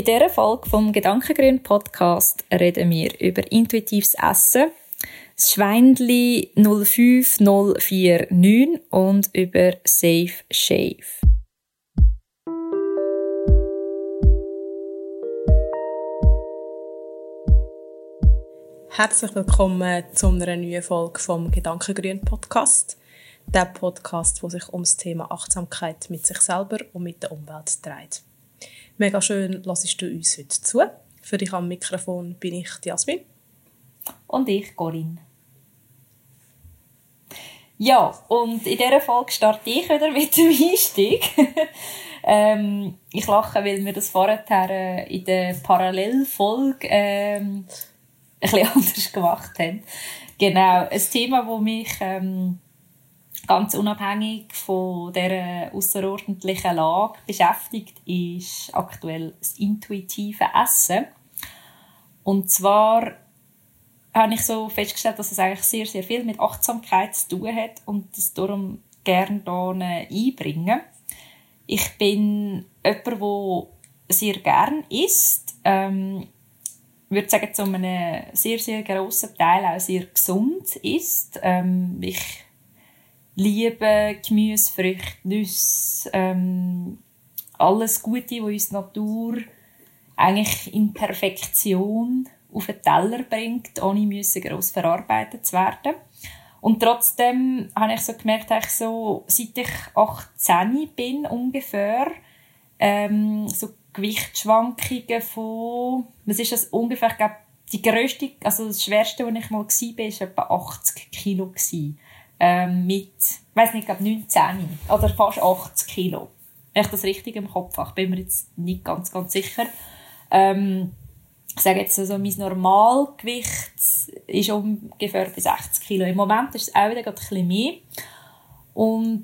dieser Folge vom Gedankengrün Podcast reden wir über intuitives Essen, das Schweindli 05049 und über Safe Shave. Herzlich willkommen zu einer neuen Folge vom Gedankengrün Podcast. Der Podcast, der sich ums Thema Achtsamkeit mit sich selber und mit der Umwelt dreht. Mega schön, hörst du uns heute zu. Für dich am Mikrofon bin ich Jasmin. Und ich, Corinne. Ja, und in dieser Folge starte ich wieder mit dem Einstieg. Ich lache, weil wir das vorher in der Parallelfolge ein bisschen anders gemacht haben. Genau, ein Thema, das mich ganz unabhängig von dieser ausserordentlichen Lage beschäftigt, ist aktuell das intuitive Essen. Und zwar habe ich so festgestellt, dass es eigentlich sehr, sehr viel mit Achtsamkeit zu tun hat und das darum gerne hier einbringen. Ich bin jemand, der sehr gerne isst. Ich würde sagen, zu einem sehr, sehr grossen Teil auch sehr gesund isst. Ich liebe Gemüse, Früchte, Nüsse, alles Gute, was uns die Natur eigentlich in Perfektion auf den Teller bringt, ohne gross verarbeitet zu werden. Und trotzdem habe ich so gemerkt, seit ich 18 bin ungefähr, so Gewichtsschwankungen von, was ist das ungefähr, ich glaube, die grösste, also das schwerste, wo ich mal war, war etwa 80 Kilo. Mit, ich weiss nicht, ich glaube 19 oder fast 80 Kilo. Wenn ich das richtig im Kopf habe, bin mir jetzt nicht ganz, ganz sicher. Ich sage jetzt, also mein Normalgewicht ist ungefähr bei 60 Kilo. Im Moment ist es auch wieder ein bisschen mehr. Und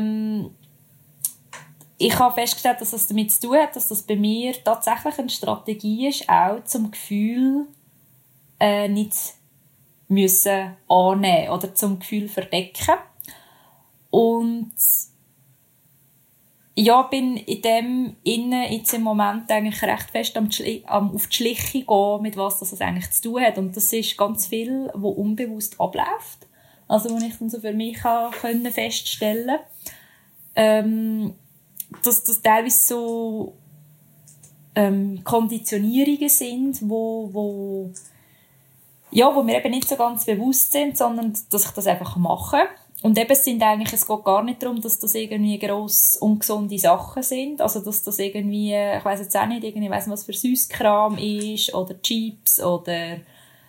ich habe festgestellt, dass das damit zu tun hat, dass das bei mir tatsächlich eine Strategie ist, auch zum Gefühl nicht müssen annehmen oder zum Gefühl verdecken. Und ja, bin in dem jetzt im Moment eigentlich recht fest auf die Schliche gehen, mit was das eigentlich zu tun hat. Und das ist ganz viel, was unbewusst abläuft. Also, wo ich dann so für mich können feststellen konnte, dass das teilweise so Konditionierungen sind, wo mir eben nicht so ganz bewusst sind, sondern dass ich das einfach mache. Und eben es geht gar nicht darum, dass das irgendwie gross ungesunde Sachen sind. Also, dass das irgendwie, ich weiss jetzt auch nicht, irgendwie, weiss nicht, was für Süsskram ist, oder Chips, oder,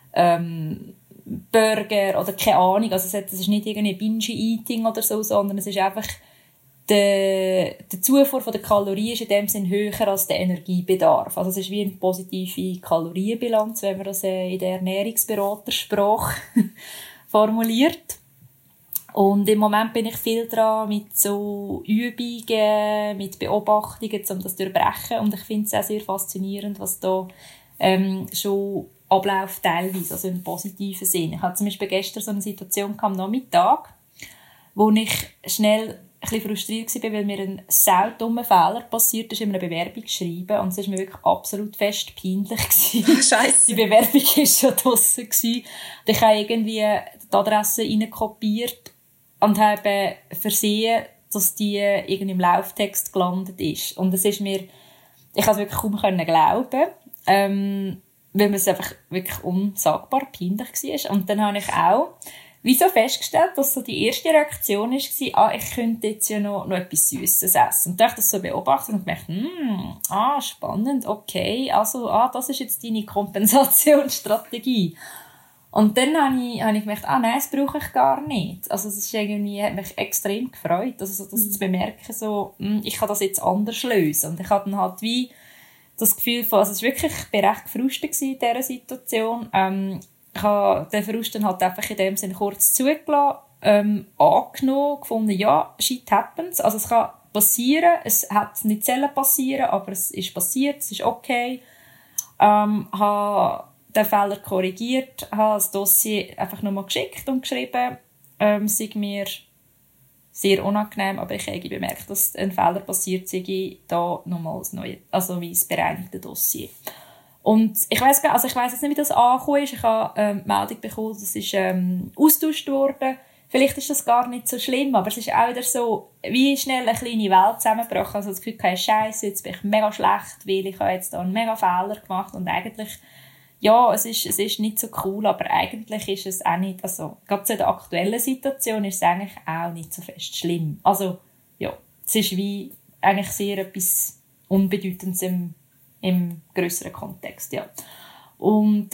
Burger, oder keine Ahnung. Also, das ist nicht irgendwie Binge-Eating oder so, sondern es ist einfach, der Zufuhr von der Kalorien ist in dem Sinn höher als der Energiebedarf. Also es ist wie eine positive Kalorienbilanz, wenn man das in der Ernährungsberatersprache formuliert. Und im Moment bin ich viel dran mit so Übungen, mit Beobachtungen, um das zu durchbrechen. Und ich finde es auch sehr faszinierend, was da schon abläuft teilweise, also im positiven Sinn. Ich hatte zum Beispiel gestern so eine Situation am Nachmittag, wo ich schnell ein bisschen frustriert war, weil mir ein saudummer Fehler passiert ist in einem Bewerbungsschreiben. Und es war mir wirklich absolut fest peinlich. Scheisse. Die Bewerbung war schon draussen. Und ich habe irgendwie die Adresse reinkopiert und habe versehen, dass die irgendwie im Lauftext gelandet ist. Und es ist mir, ich konnte es wirklich kaum glauben, weil es einfach wirklich unsagbar peinlich war. Und dann habe ich auch wieso festgestellt, dass so die erste Reaktion war, ich könnte jetzt ja noch etwas Süßes essen. Und dann habe ich das so beobachtet und gedacht, spannend, okay, also, das ist jetzt deine Kompensationsstrategie. Und dann habe ich gemerkt, nein, das brauche ich gar nicht. Also, es ist irgendwie, hat mich extrem gefreut, also, das zu bemerken, so, ich kann das jetzt anders lösen. Und ich hatte dann halt wie das Gefühl von, also, es war wirklich, ich war recht gefrustet in dieser Situation. Ich habe den Verlust dann halt einfach in dem Sinne kurz zugelassen, angenommen, gefunden, ja, shit happens. Also es kann passieren, es hat nicht sollen passieren, aber es ist passiert, es ist okay. Habe den Fehler korrigiert, habe das Dossier einfach nochmal geschickt und geschrieben, sei mir sehr unangenehm, aber ich habe bemerkt, dass ein Fehler passiert sei, da nochmals neu, also wie das bereinigte Dossier. Und ich weiss jetzt nicht, wie das angekommen ist. Ich habe Meldung bekommen, das ist austauscht worden. Vielleicht ist das gar nicht so schlimm, aber es ist auch wieder so, wie schnell eine kleine Welt zusammengebrochen. Also das Gefühl, Scheiße, jetzt bin ich mega schlecht, weil ich habe jetzt da einen mega Fehler gemacht und eigentlich, ja, es ist nicht so cool, aber eigentlich ist es auch nicht, also gerade zu der aktuellen Situation ist es eigentlich auch nicht so fest schlimm. Also, ja, es ist wie eigentlich sehr etwas Unbedeutendes im grösseren Kontext, ja. Und,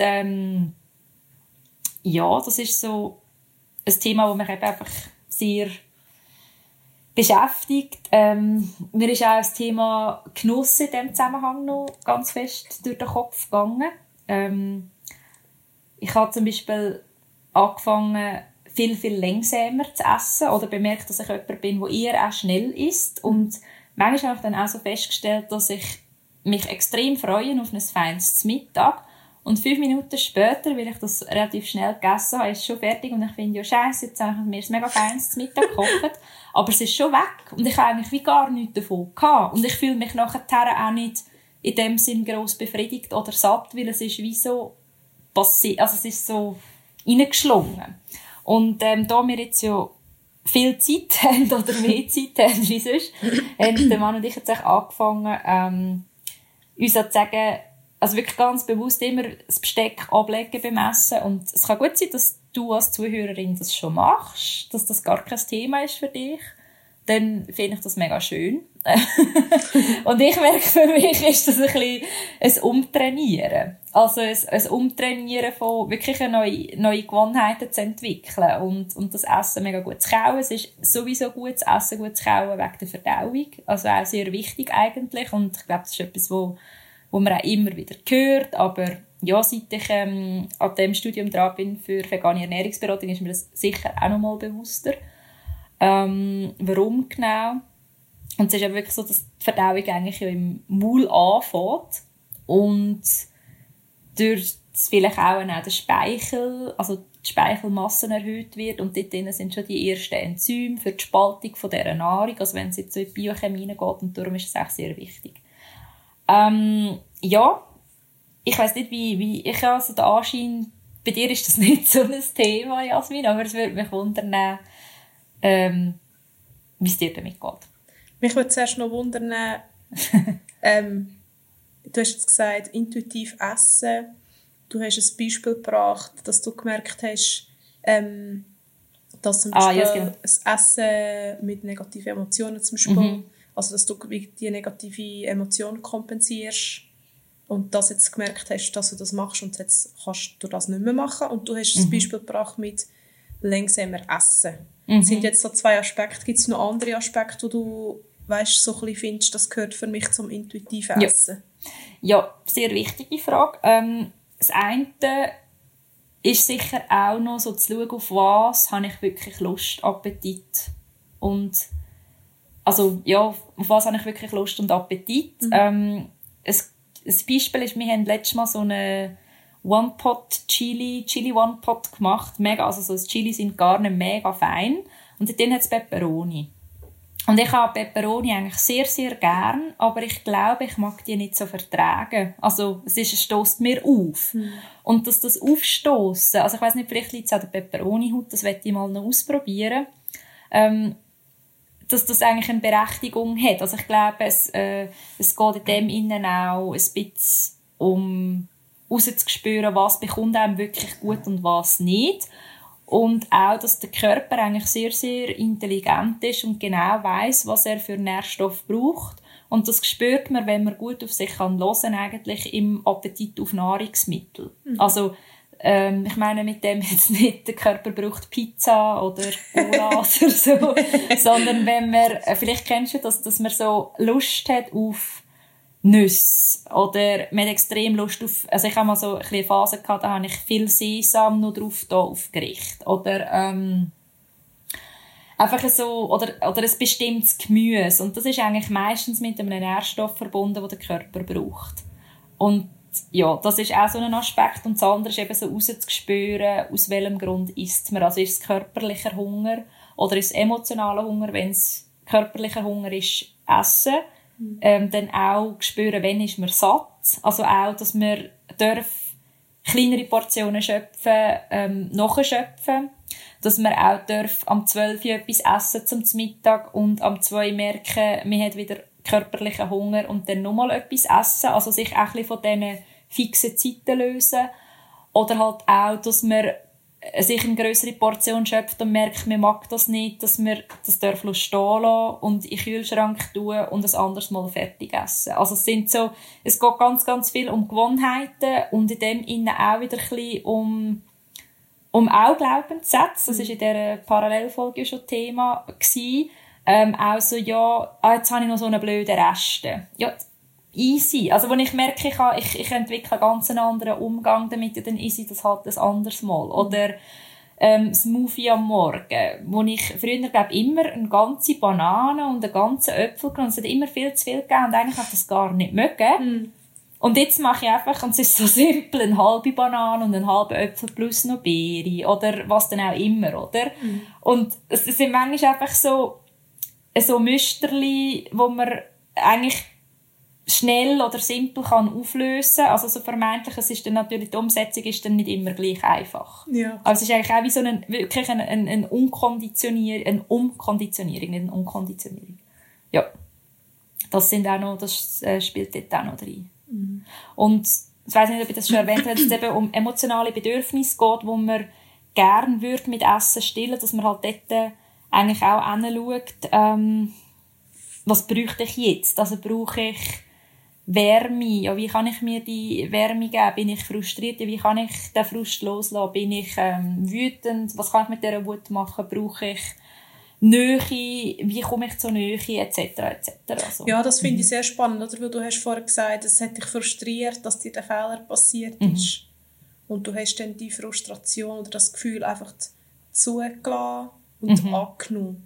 ja, das ist so ein Thema, das mich eben einfach sehr beschäftigt. Mir ist auch das Thema Genuss in diesem Zusammenhang noch ganz fest durch den Kopf gegangen. Ich habe zum Beispiel angefangen, viel, viel langsamer zu essen oder bemerkt, dass ich jemand bin, der eher auch schnell isst. Und manchmal habe ich dann auch so festgestellt, dass ich mich extrem freue auf ein feines Mittag. Und 5 Minuten später, weil ich das relativ schnell gegessen habe, ist es schon fertig. Und ich finde, ja, Scheiße, jetzt habe ich mir ein mega feines Mittag gekocht. Aber es ist schon weg. Und ich habe eigentlich wie gar nichts davon gehabt. Und ich fühle mich nachher auch nicht in dem Sinn gross befriedigt oder satt, weil es ist wie so passiert, also es ist so reingeschlungen. Und da wir jetzt ja viel Zeit haben oder mehr Zeit haben wie sonst, haben der Mann und ich jetzt angefangen, uns zu sagen, also wirklich ganz bewusst immer das Besteck ablegen beim Essen. Und es kann gut sein, dass du als Zuhörerin das schon machst, dass das gar kein Thema ist für dich. Dann finde ich das mega schön. Und ich merke, für mich ist das ein bisschen ein Umtrainieren. Also ein Umtrainieren von wirklich neue Gewohnheiten zu entwickeln. Und das Essen mega gut zu kauen. Es ist sowieso gut, das Essen gut zu kauen wegen der Verdauung. Also auch sehr wichtig eigentlich. Und ich glaube, das ist etwas, wo man auch immer wieder hört. Aber ja, seit ich an dem Studium dran bin für vegane Ernährungsberatung, ist mir das sicher auch noch mal bewusster. Warum genau? Und es ist ja wirklich so, dass die Verdauung eigentlich ja im Maul anfängt und durch das vielleicht auch der Speichel, also die Speichelmasse erhöht wird und dort drin sind schon die ersten Enzyme für die Spaltung von dieser Nahrung, also wenn es jetzt so in die Biochemie geht, und darum ist es auch sehr wichtig. Ja, ich weiss nicht, wie ich habe so den Anschein, bei dir ist das nicht so ein Thema, Jasmin, aber es würde mich wundern, wie es dir damit geht. Mich würde zuerst noch wundern, du hast jetzt gesagt, intuitiv essen. Du hast ein Beispiel gebracht, dass du gemerkt hast, dass zum Beispiel das Essen mit negativen Emotionen zum Beispiel, also dass du die negative Emotion kompensierst und das jetzt gemerkt hast, dass du das machst und jetzt kannst du das nicht mehr machen. Und du hast ein Beispiel gebracht mit langsamer Essen. Das sind jetzt so 2 Aspekte. Gibt es noch andere Aspekte, wo du weißt, so ein bisschen findest, das gehört für mich zum intuitiven Essen? Ja, sehr wichtige Frage. Das eine ist sicher auch noch so zu schauen, auf was habe ich wirklich Lust, Appetit. Und also, ja, auf was habe ich wirklich Lust und Appetit. Ein Beispiel ist, wir haben letztes Mal so eine One-Pot-Chili One-Pot gemacht. Mega, also so das Chili sind gar nicht mega fein. Und dann hat es Peperoni. Und ich habe Peperoni eigentlich sehr, sehr gern, aber ich glaube, ich mag die nicht so vertragen. Also es stösst mir auf. Und dass das Aufstossen, also ich weiss nicht, vielleicht liegt es an der Peperoni-Haut, das möchte ich mal noch ausprobieren, dass das eigentlich eine Berechtigung hat. Also ich glaube, es geht in dem Innen auch ein bisschen um rauszuspüren, was bekommt einem wirklich gut und was nicht. Und auch, dass der Körper eigentlich sehr, sehr intelligent ist und genau weiss, was er für Nährstoffe braucht. Und das spürt man, wenn man gut auf sich hören kann, eigentlich im Appetit auf Nahrungsmittel. Also, ich meine mit dem jetzt nicht, der Körper braucht Pizza oder Cola oder so, sondern wenn man, vielleicht kennst du das, dass man so Lust hat auf Nüsse oder man hat extrem Lust auf, also ich habe mal so eine Phase gehabt, da habe ich viel Sesam noch drauf da auf Gericht oder einfach so oder ein bestimmtes Gemüse und das ist eigentlich meistens mit einem Nährstoff verbunden, den der Körper braucht und ja, das ist auch so ein Aspekt. Und das andere ist eben so rauszuspüren, aus welchem Grund isst man. Also ist es körperlicher Hunger oder ist es emotionaler Hunger? Wenn es körperlicher Hunger ist, essen. Dann auch spüren, wann ist man satt. Also auch, dass man kleinere Portionen schöpfen, nachschöpfen. Dass man auch am 12 Uhr etwas essen zum Mittag und am 2 Uhr merken, man hat wieder körperlichen Hunger und dann nochmal etwas essen. Also sich auch ein bisschen von diesen fixen Zeiten lösen. Oder halt auch, dass man sich eine grössere Portion schöpft und merkt, man mag das nicht, dass man das stehen lassen und in den Kühlschrank tun und ein anderes Mal fertig essen. Also es geht ganz, ganz viel um Gewohnheiten und in dem Innen auch wieder ein bisschen um auch Glaubenssätze. Das war in dieser Parallelfolge schon Thema gewesen. Auch so, ja, jetzt habe ich noch so einen blöden Reste. Ja, easy. Also, wenn ich merke, ich entwickle einen ganz anderen Umgang damit, dann easy das halt ein anderes Mal. Oder, Smoothie am Morgen, wo ich früher, glaube immer eine ganze Banane und einen ganzen Äpfel genommen. Es hat immer viel zu viel gegeben und eigentlich habe ich das gar nicht mögen. Und jetzt mache ich einfach, und es ist so simpel, eine halbe Banane und einen halben Äpfel plus noch Beere oder was dann auch immer, oder? Und es sind manchmal einfach so Müsterli, wo man eigentlich schnell oder simpel kann auflösen. Also so vermeintlich, es ist dann natürlich, die Umsetzung ist dann nicht immer gleich einfach. Ja. Aber es ist eigentlich auch wie so eine Umkonditionierung, nicht eine Umkonditionierung. Ja. Das spielt dort auch noch rein. Und ich weiss nicht, ob ich das schon erwähnt habe, dass es eben um emotionale Bedürfnisse geht, wo man gerne würde mit Essen stillen, dass man halt dort eigentlich auch hinschaut, was bräuchte ich jetzt? Also brauche ich Wärme? Ja, wie kann ich mir die Wärme geben? Bin ich frustriert? Wie kann ich den Frust loslassen? Bin ich wütend? Was kann ich mit dieser Wut machen? Brauche ich Nähe? Wie komme ich zur Nähe? Etc. Also. Ja, das finde ich sehr spannend, oder? Weil du hast vorher gesagt, es hat dich frustriert, dass dir der Fehler passiert ist. Und du hast dann die Frustration oder das Gefühl einfach zugelassen und angenommen.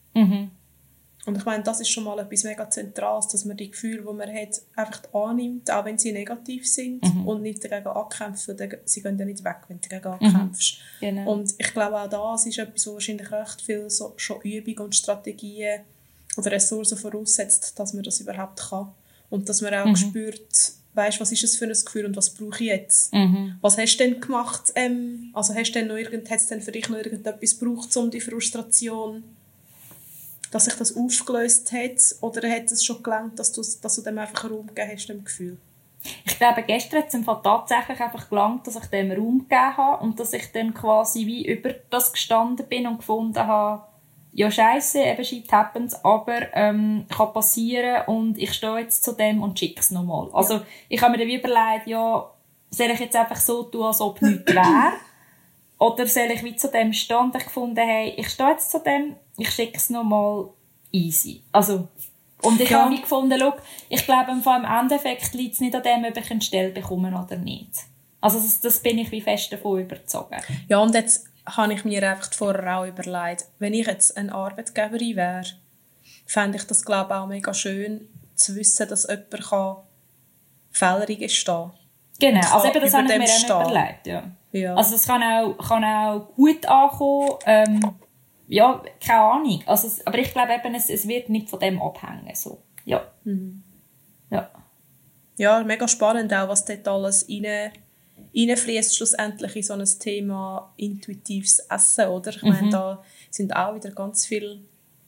Und ich meine, das ist schon mal etwas mega Zentrales, dass man die Gefühle, die man hat, einfach annimmt, auch wenn sie negativ sind und nicht dagegen ankämpft. Sie gehen ja nicht weg, wenn du dagegen ankämpfst. Genau. Und ich glaube, auch das ist etwas, wo wahrscheinlich recht viel schon Übung und Strategien oder Ressourcen voraussetzt, dass man das überhaupt kann. Und dass man auch spürt, weisst, was ist es für ein Gefühl und was brauche ich jetzt? Was hast du denn gemacht? Also hat es denn für dich noch irgendetwas gebraucht, um die Frustration, dass sich das aufgelöst hat? Oder hat es schon gelangt, dass du dem einfach Raum gegeben hast, dem Gefühl? Ich glaube, gestern hat es tatsächlich einfach gelangt, dass ich dem Raum gegeben habe und dass ich dann quasi wie über das gestanden bin und gefunden habe, ja scheisse, eben shit happens, aber kann passieren und ich stehe jetzt zu dem und schicke es nochmal. Also ich habe mir dann überlegt, ja, soll ich jetzt einfach so tun, als ob nichts wäre? Oder soll ich wie zu dem stehen? Und ich gefunden, hey, ich stehe jetzt zu dem, ich schicke es nochmal, easy. Also, und ich habe wie gefunden, schau, ich glaube, im Endeffekt liegt es nicht an dem, ob ich eine Stelle bekomme oder nicht. Also das bin ich wie fest davon überzeugt. Ja, und jetzt habe ich mir einfach vorher auch überlegt, wenn ich jetzt eine Arbeitgeberin wäre, fände ich das, glaube ich, auch mega schön, zu wissen, dass jemand Fehler gestehen kann. Genau, also eben, das habe ich mir auch überlegt, ja. Also das kann auch gut ankommen, ja, keine Ahnung. Also, aber ich glaube eben, es wird nicht von dem abhängen, so. Ja. Ja. Ja, mega spannend auch, was dort alles reinfließt schlussendlich in so ein Thema intuitives Essen, oder? Ich meine, da sind auch wieder ganz viele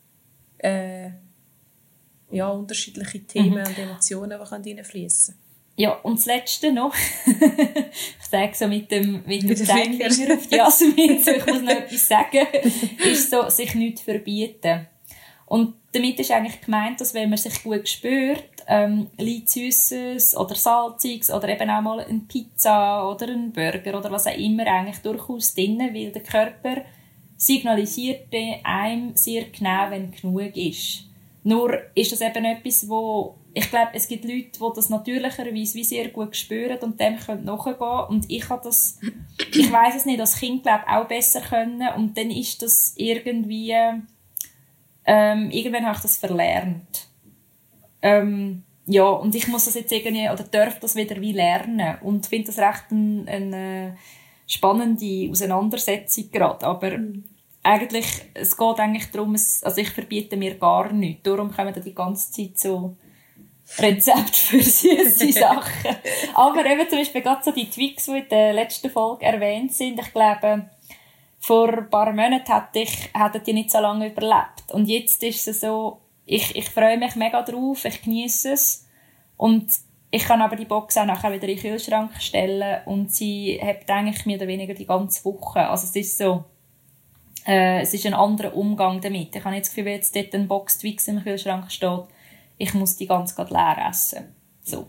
unterschiedliche Themen und Emotionen, die reinfließen können. Ja, und das Letzte noch, ich sage so mit dem Zeigefinger auf die Jasmin, ich muss noch etwas sagen, ist so, sich nichts verbieten. Und damit ist eigentlich gemeint, dass wenn man sich gut spürt, liegt Süßes oder Salziges oder eben auch mal eine Pizza oder ein Burger oder was auch immer eigentlich durchaus drin, weil der Körper signalisiert einem sehr genau, wenn genug ist. Nur ist das eben etwas, wo ich glaube, es gibt Leute, die das natürlicherweise wie sehr gut spüren und dem können nachgehen. Und ich habe das, ich weiss es nicht, als Kind glaube ich, auch besser können. Und dann ist das irgendwann habe ich das verlernt. ja, und ich muss das jetzt irgendwie, oder darf das wieder wie lernen. Und finde das recht eine spannende Auseinandersetzung gerade. Aber eigentlich, es geht eigentlich darum, also ich verbiete mir gar nichts. Darum kommen da die ganze Zeit so Rezepte für süße Sachen. Aber eben zum Beispiel gerade so die Twix, die in der letzten Folge erwähnt sind. Ich glaube, vor ein paar Monaten hätten die nicht so lange überlebt. Und jetzt ist es so, ich freue mich mega drauf, ich genieße es. Und ich kann aber die Box auch nachher wieder in den Kühlschrank stellen und sie hat eigentlich mehr oder weniger die ganze Woche. Also es ist so, es ist ein anderer Umgang damit. Ich habe jetzt das Gefühl, wenn jetzt dort eine Box Twix im Kühlschrank steht, ich muss die ganz leer essen. So.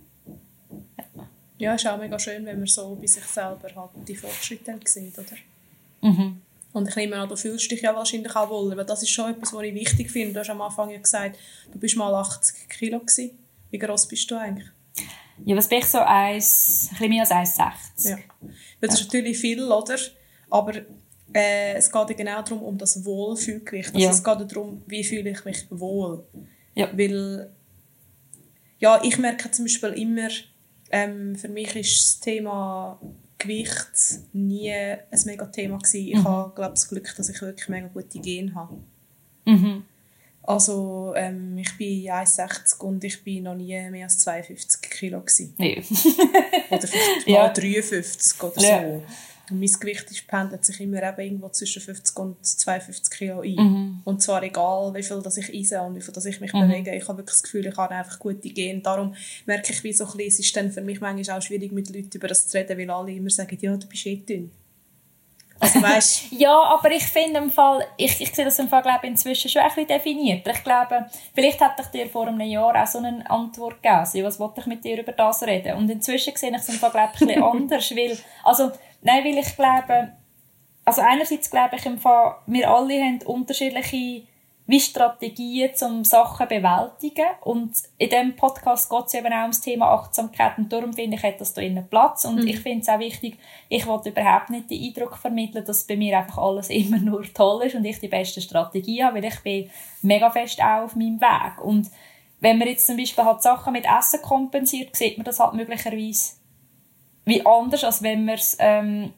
Ja, ist auch mega schön, wenn man so bei sich selber halt die Fortschritte sieht, oder? Mhm. Und ich nehme an, du fühlst dich ja wahrscheinlich auch wohl, weil das ist schon etwas, was ich wichtig finde. Du hast am Anfang ja gesagt, du bist mal 80 Kilo gewesen. Wie gross bist du eigentlich? Ja, was bin ich so? Ein bisschen mehr als 1,60. Ja. Das ist natürlich viel, oder? Aber es geht ja genau darum, um das Wohlfühlgewicht. Also es geht darum, wie fühle ich mich wohl. Ja. Weil, ja, ich merke zum Beispiel immer, für mich ist das Thema Gewicht nie ein mega Thema gewesen. Ich habe, glaube das Glück, dass ich wirklich mega gute Gene habe. Mhm. Also, ich bin 1,60 und ich bin noch nie mehr als 52 Kilo gewesen. Nee. Oder vielleicht mal 53 oder so. Ja. Und mein Gewicht pendelt sich immer eben irgendwo zwischen 50 und 52 Kilo ein. Mhm. Und zwar egal, wie viel dass ich esse und wie viel dass ich mich bewege. Ich habe wirklich das Gefühl, ich habe einfach gute Gene. Darum merke ich, wie so ein bisschen, es ist dann für mich manchmal auch schwierig, mit Leuten über das zu reden, weil alle immer sagen, ja, du bist eh dünn. Also, weißt, ja, aber ich finde im Fall, ich sehe das im Fall, glaube ich, inzwischen schon ein bisschen definiert. Ich glaube, vielleicht hätte ich dir vor einem Jahr auch so eine Antwort gegeben. Was wollte ich mit dir über das reden? Und inzwischen sehe ich es im Fall, glaube ich, ein bisschen anders, weil ich glaube, also einerseits glaube ich im Fall, wir alle haben unterschiedliche Strategien, um Sachen zu bewältigen. Und in diesem Podcast geht es eben auch ums Thema Achtsamkeit. Und darum finde ich, hat das hier innen Platz. Und ich finde es auch wichtig, ich will überhaupt nicht den Eindruck vermitteln, dass bei mir einfach alles immer nur toll ist und ich die beste Strategie habe, weil ich bin mega fest auch auf meinem Weg. Und wenn man jetzt zum Beispiel halt Sachen mit Essen kompensiert, sieht man das halt möglicherweise wie anders, als wenn man es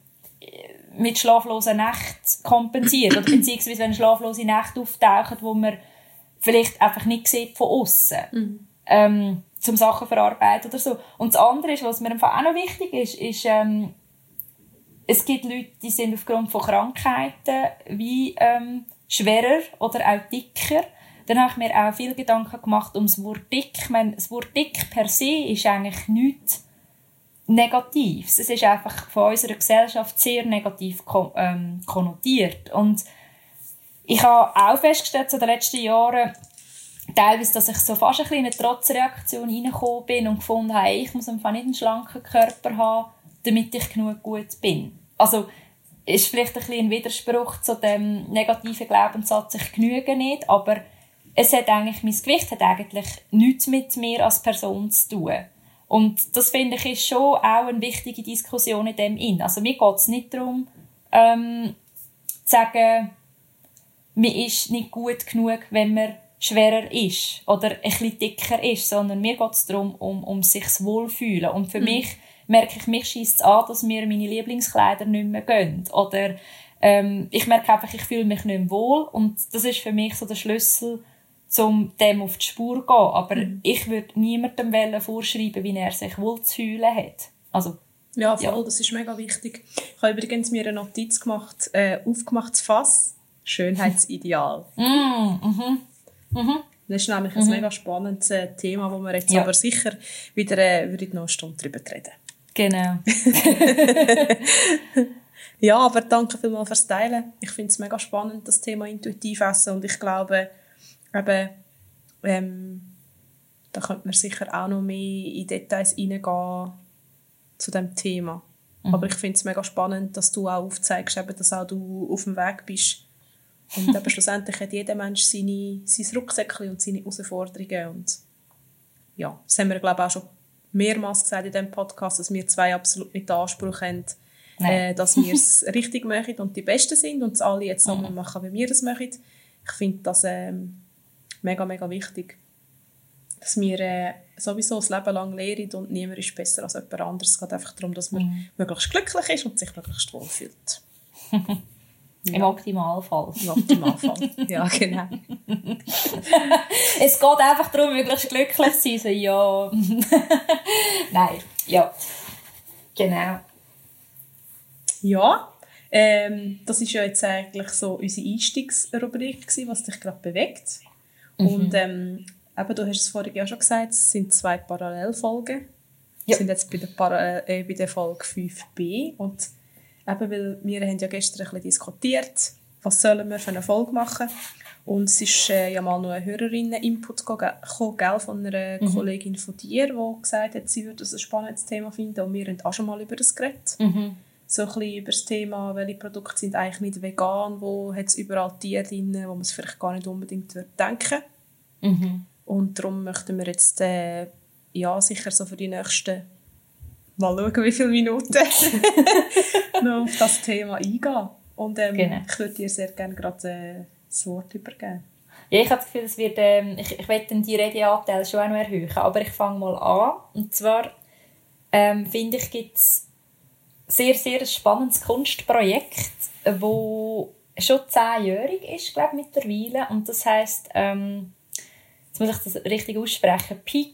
mit schlaflosen Nächten kompensiert. Oder beziehungsweise wenn schlaflose Nächte auftauchen, wo man vielleicht einfach nicht sieht von außen, zum Sachen verarbeiten oder so. Und das andere ist, was mir einfach auch noch wichtig ist es gibt Leute, die sind aufgrund von Krankheiten wie schwerer oder auch dicker. Dann habe ich mir auch viel Gedanken gemacht ums Wort dick. Ich meine, das Wort dick per se ist eigentlich nichts Negatives. Es ist einfach von unserer Gesellschaft sehr negativ konnotiert. Und ich habe auch festgestellt, in den letzten Jahren, teilweise, dass ich so fast ein bisschen in eine Trotzreaktion reingekommen bin und gefunden habe, ich muss einfach nicht einen schlanken Körper haben, damit ich genug gut bin. Also, ist vielleicht ein bisschen ein Widerspruch zu dem negativen Glaubenssatz, ich genüge nicht, aber es hat eigentlich, mein Gewicht hat eigentlich nichts mit mir als Person zu tun. Und das finde ich ist schon auch eine wichtige Diskussion in dem Sinn. Also mir geht es nicht darum, zu sagen, man ist nicht gut genug, wenn man schwerer ist oder ein bisschen dicker ist, sondern mir geht es darum, um sich wohlfühlen. Und für mich merke ich, mich scheisst es an, dass mir meine Lieblingskleider nicht mehr gehen. Oder ich merke einfach, ich fühle mich nicht mehr wohl. Und das ist für mich so der Schlüssel, um dem auf die Spur zu gehen. Aber ich würde niemandem vorschreiben, wie er sich wohl zu fühlen hat. Also, ja, voll, das ist mega wichtig. Ich habe übrigens mir eine Notiz gemacht, aufgemachtes Fass, Schönheitsideal. Das ist nämlich ein mega spannendes Thema, wo wir jetzt aber sicher wieder würde noch eine Stunde drüber reden. Genau. Ja, aber danke vielmals fürs Teilen. Ich finde es mega spannend, das Thema intuitiv essen. Und ich glaube, eben, da könnte man sicher auch noch mehr in Details reingehen zu diesem Thema. Aber ich finde es mega spannend, dass du auch aufzeigst, eben, dass auch du auf dem Weg bist. Und eben schlussendlich hat jeder Mensch sein Rucksäckchen und seine Herausforderungen. Und ja, das haben wir, glaube ich, auch schon mehrmals gesagt in diesem Podcast, dass wir zwei absolut nicht den Anspruch haben, dass wir es richtig machen und die Besten sind und es alle jetzt so machen, wie wir es machen. Ich finde das mega, mega wichtig. dass wir sowieso das Leben lang lehren und niemand ist besser als jemand anderes. Es geht einfach darum, dass man möglichst glücklich ist und sich möglichst wohlfühlt. Im Optimalfall. Im Optimalfall, ja, genau. Es geht einfach darum, möglichst glücklich zu sein. So, ja. Nein, ja. Genau. Ja, das ist ja jetzt eigentlich so unsere Einstiegsrubrik gewesen, was dich gerade bewegt. Und eben, du hast es vorhin ja schon gesagt, es sind 2 Parallelfolgen. Ja. Wir sind jetzt bei der Folge 5b und eben, weil wir haben ja gestern ein bisschen diskutiert, was sollen wir für eine Folge machen. Und es ist ja mal noch ein Hörerinnen-Input gekommen, gell, von einer Kollegin von dir, die gesagt hat, sie würde das ein spannendes Thema finden. Und wir haben auch schon mal über das geredet. So ein bisschen über das Thema, welche Produkte sind eigentlich nicht vegan, wo hat es überall Tiere drin, wo man es vielleicht gar nicht unbedingt denken würde. Und darum möchten wir jetzt sicher so für die nächsten, mal schauen, wie viele Minuten, noch auf das Thema eingehen. Und genau. Ich würde dir sehr gerne gerade das Wort übergeben. Ja, ich habe das Gefühl, es wird, ich werde die Redeanteile schon auch noch erhöhen, aber ich fange mal an. Und zwar finde ich, gibt es sehr, sehr ein spannendes Kunstprojekt, das schon 10-jährig ist, glaube ich, mittlerweile. Und das heisst, jetzt muss ich das richtig aussprechen, Peak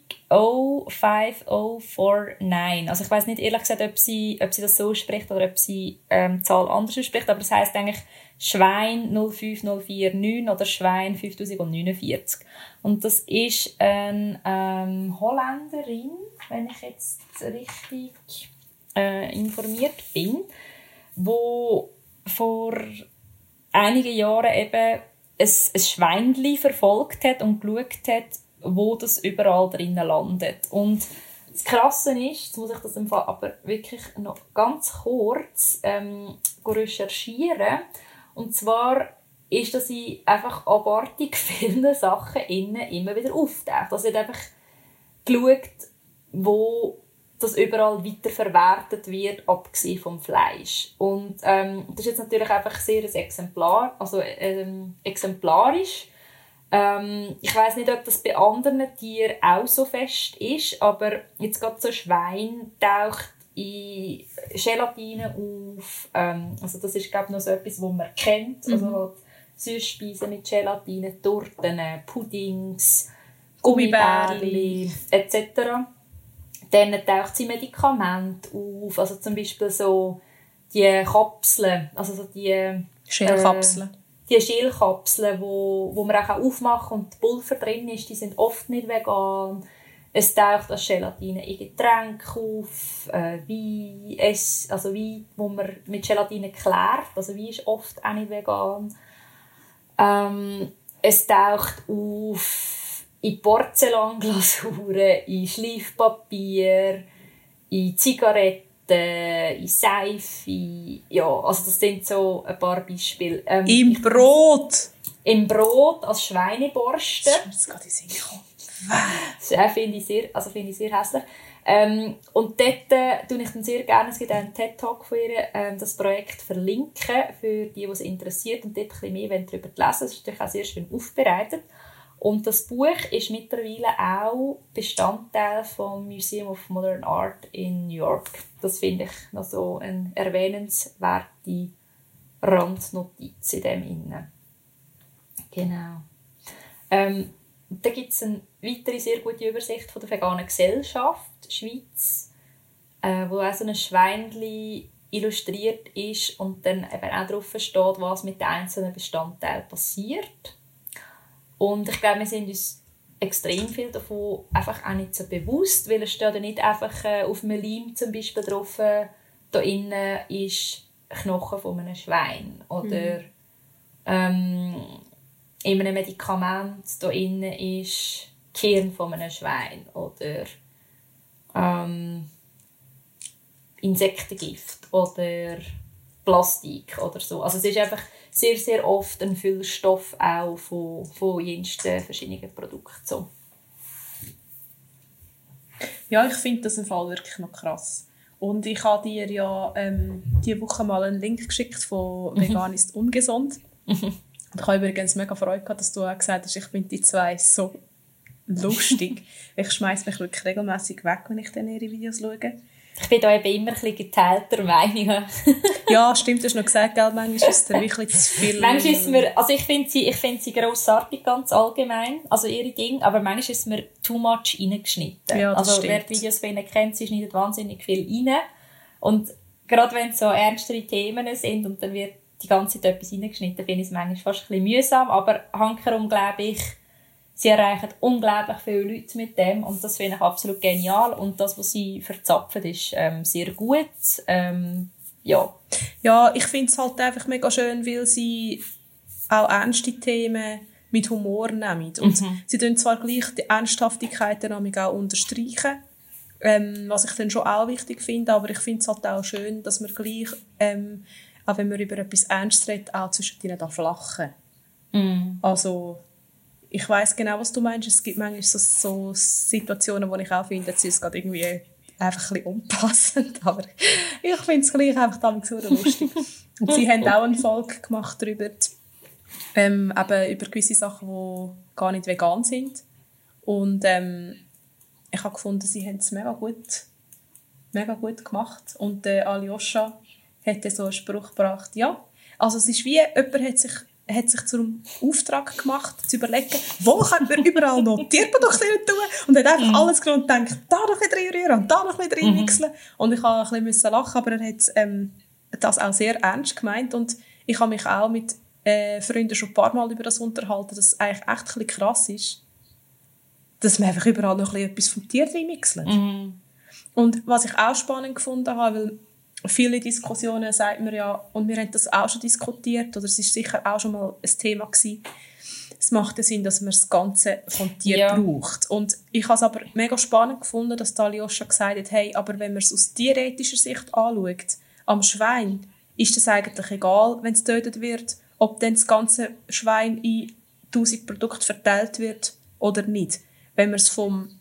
05049. Also ich weiss nicht ehrlich gesagt, ob sie das so spricht oder ob sie die Zahl anders ausspricht, aber das heisst eigentlich Schwein 05049 oder Schwein 5049. Und das ist eine Holländerin, wenn ich jetzt richtig informiert bin, wo vor einigen Jahren eben ein Schweinchen verfolgt hat und geschaut hat, wo das überall drinnen landet. Und das Krasse ist, jetzt muss ich das im Fall aber wirklich noch ganz kurz recherchieren. Und zwar ist, dass sie einfach abartig viele Sachen innen immer wieder auftaucht. Also sie hat einfach geschaut, wo das überall weiterverwertet wird, abgesehen vom Fleisch. Und das ist jetzt natürlich einfach sehr ein Exemplar, also exemplarisch. Ich weiss nicht, ob das bei anderen Tieren auch so fest ist, aber jetzt gerade so Schwein taucht in Gelatine auf. Also das ist, glaube ich, noch so etwas, was man kennt. Also halt Süßspeisen mit Gelatine, Torten, Puddings, Gummibärli etc. Dann taucht sie Medikamente auf, also zum Beispiel so die Kapseln, also so die Schälkapseln. Die Schälkapseln, wo man auch aufmachen kann und die Pulver drin ist, die sind oft nicht vegan. Es taucht als Gelatine in Getränke auf, Wein, also Wein, wo man mit Gelatine klärt, also Wein ist oft auch nicht vegan. Es taucht auf in Porzellanglasuren, in Schleifpapier, in Zigaretten, in Seife. Ja, also das sind so ein paar Beispiele. Im Brot! Im Brot als Schweineborste. Das ist gerade in den Sinn gekommen. Das finde ich sehr hässlich. Und dort tue ich dann sehr gerne, es gibt einen TED-Talk von ihr, das Projekt verlinken, für die es interessiert und dort ein bisschen mehr darüber lesen. Das ist natürlich auch sehr schön aufbereitet. Und das Buch ist mittlerweile auch Bestandteil vom Museum of Modern Art in New York. Das finde ich noch so eine erwähnenswerte Randnotiz in dem Innen. Genau. Da gibt es eine weitere sehr gute Übersicht von der veganen Gesellschaft Schweiz, wo auch so ein Schweinchen illustriert ist und dann eben auch drauf steht, was mit den einzelnen Bestandteilen passiert. Und ich glaube, wir sind uns extrem viel davon einfach auch nicht so bewusst, weil es steht ja nicht einfach auf einem Leim zum Beispiel drauf, da innen ist Knochen von einem Schwein oder in einem Medikament da innen ist Kern von einem Schwein oder Insektengift oder Plastik oder so. Also es ist einfach sehr, sehr oft ein Füllstoff auch von jensten verschiedenen Produkten. So. Ja, ich finde das im Fall wirklich noch krass. Und ich habe dir ja diese Woche mal einen Link geschickt von «Vegan ist ungesund». Und ich habe übrigens mega Freude gehabt, dass du auch gesagt hast, ich finde die 2 so lustig. Ich schmeiße mich wirklich regelmäßig weg, wenn ich dann ihre Videos schaue. Ich bin da eben immer ein bisschen geteilter Meinung. Ja, stimmt, du hast noch gesagt, gell? Manchmal ist es dann wirklich zu viel. Manchmal ist mir, also ich finde sie grossartig, ganz allgemein, also ihre Dinge, aber manchmal ist mir too much reingeschnitten. Ja, das also stimmt. wer die Videos von ihnen kennt, sie schneidet wahnsinnig viel rein. Und gerade wenn es so ernstere Themen sind und dann wird die ganze Zeit etwas reingeschnitten, finde ich es manchmal fast ein bisschen mühsam, aber hankerum glaube ich, sie erreichen unglaublich viele Leute mit dem und das finde ich absolut genial und das, was sie verzapfen, ist sehr gut. Ja. Ja, ich finde es halt einfach mega schön, weil sie auch ernste Themen mit Humor nehmen. Und sie tun zwar gleich die Ernsthaftigkeit dann auch unterstreichen, was ich dann schon auch wichtig finde, aber ich finde es halt auch schön, dass man gleich, auch wenn man über etwas Ernstes redet, auch zwischen ihnen flachen. Also, ich weiss genau, was du meinst. Es gibt manchmal so Situationen, wo ich auch finde, dass sie es gerade irgendwie einfach ein bisschen unpassend, aber ich finde es gleich einfach damals so lustig. Und sie haben auch eine Folge gemacht darüber, eben über gewisse Sachen, die gar nicht vegan sind. Und ich habe gefunden, sie haben es mega gut gemacht. Und Alyosha hat so einen Spruch gebracht, ja, also es ist wie, jemand hat sich zum Auftrag gemacht, zu überlegen, wo können wir überall noch Tierprodukte tun und hat einfach alles genommen und gedacht, da noch ein bisschen reinrühren und da noch ein bisschen reinmixeln. Und ich musste ein bisschen lachen, aber er hat das auch sehr ernst gemeint und ich habe mich auch mit Freunden schon ein paar Mal über das unterhalten, dass es eigentlich echt ein bisschen krass ist, dass man einfach überall noch ein bisschen etwas vom Tier reinmixelt. Und was ich auch spannend gefunden habe, weil viele Diskussionen sagt man ja, und wir haben das auch schon diskutiert, oder es ist sicher auch schon mal ein Thema gewesen, es macht den Sinn, dass man das Ganze vom Tier braucht. Und ich habe es aber mega spannend gefunden, dass Alyosha gesagt hat, hey, aber wenn man es aus tierethischer Sicht anschaut, am Schwein, ist es eigentlich egal, wenn es getötet wird, ob dann das ganze Schwein in 1000 Produkte verteilt wird oder nicht. Wenn man es vom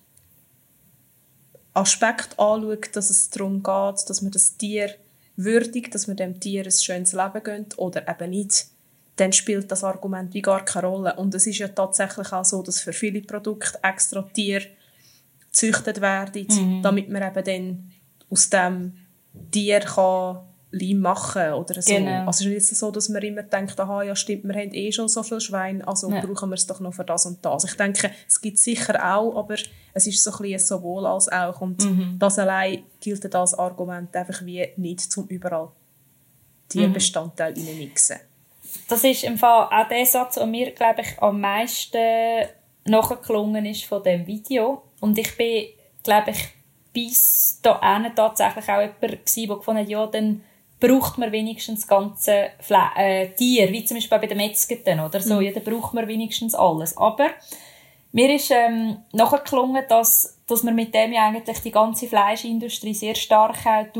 Aspekt anschaut, dass es darum geht, dass man das Tier würdigt, dass man dem Tier ein schönes Leben gönnt oder eben nicht, dann spielt das Argument wie gar keine Rolle. Und es ist ja tatsächlich auch so, dass für viele Produkte extra Tiere gezüchtet werden, damit man eben dann aus dem Tier Leim machen oder so. Genau. Also es ist nicht so, dass man immer denkt, aha, ja stimmt, wir haben schon so viele Schweine, also brauchen wir es doch noch für das und das. Ich denke, es gibt es sicher auch, aber es ist so ein bisschen sowohl als auch. Und das allein gilt das Argument einfach wie nicht, zum überall Tierbestandteile reinmixen. Das ist im Fall auch der Satz, der mir, glaube ich, am meisten nachgeklungen ist von diesem Video. Und ich bin, glaube ich, bis dahin tatsächlich auch jemand gewesen, der gefunden hat, ja, dann braucht man wenigstens das ganze Tier, wie zum Beispiel bei den Metzgeten oder so, ja, dann braucht man wenigstens alles. Aber mir ist nachgeklungen, dass man mit dem ja eigentlich die ganze Fleischindustrie sehr stark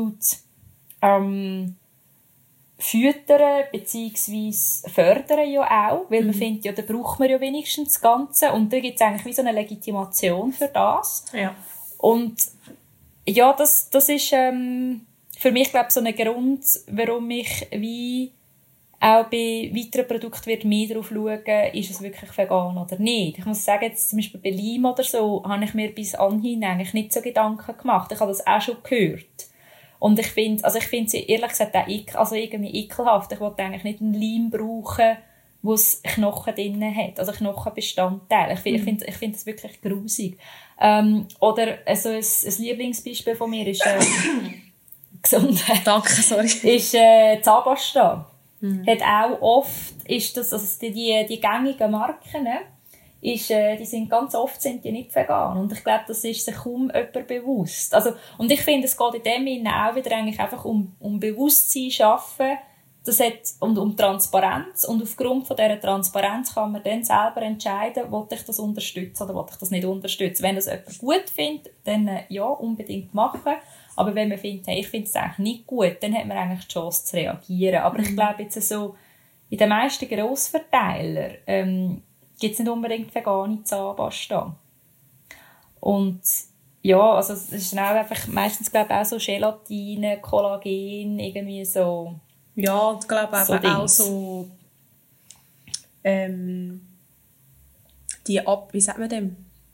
füttern bzw. fördern ja auch, weil man findet, ja, dann braucht man ja wenigstens das Ganze und da gibt es eigentlich wie so eine Legitimation für das. Ja. Und ja, das ist für mich, glaube ich, so ein Grund, warum ich wie auch bei weiteren Produkten mehr darauf schauen, ist es wirklich vegan oder nicht. Ich muss sagen, jetzt zum Beispiel bei Leim oder so, habe ich mir bis anhin eigentlich nicht so Gedanken gemacht. Ich habe das auch schon gehört. Und ich finde es ehrlich gesagt auch irgendwie ekelhaft. Ich wollte eigentlich nicht einen Leim brauchen, wo es Knochen drin hat, also Knochenbestandteile. Ich finde das wirklich grusig. Oder also ein Lieblingsbeispiel von mir ist Gesundheit. Danke, sorry. Ist Zahnpasta. Hat auch oft, ist das, also die gängigen Marken, die sind ganz oft sind die nicht vegan. Und ich glaube, das ist sich kaum jemand bewusst. Also, und ich finde, es geht in dem Sinne auch wieder eigentlich einfach um Bewusstsein schaffen, das hat, und um Transparenz. Und aufgrund von dieser Transparenz kann man dann selber entscheiden, will ich das unterstützen oder will ich das nicht unterstützen. Wenn das jemand gut findet, dann ja, unbedingt machen. Aber wenn man findet, hey, ich finde es eigentlich nicht gut, dann hat man eigentlich die Chance zu reagieren. Aber ich glaube jetzt so, in den meisten Grossverteilern gibt es nicht unbedingt vegane Zahnpasta. Und ja, also es ist auch einfach meistens, glaube ich, auch so Gelatine, Kollagen, irgendwie so. Ja, ich glaube so auch so wie sagt man dem?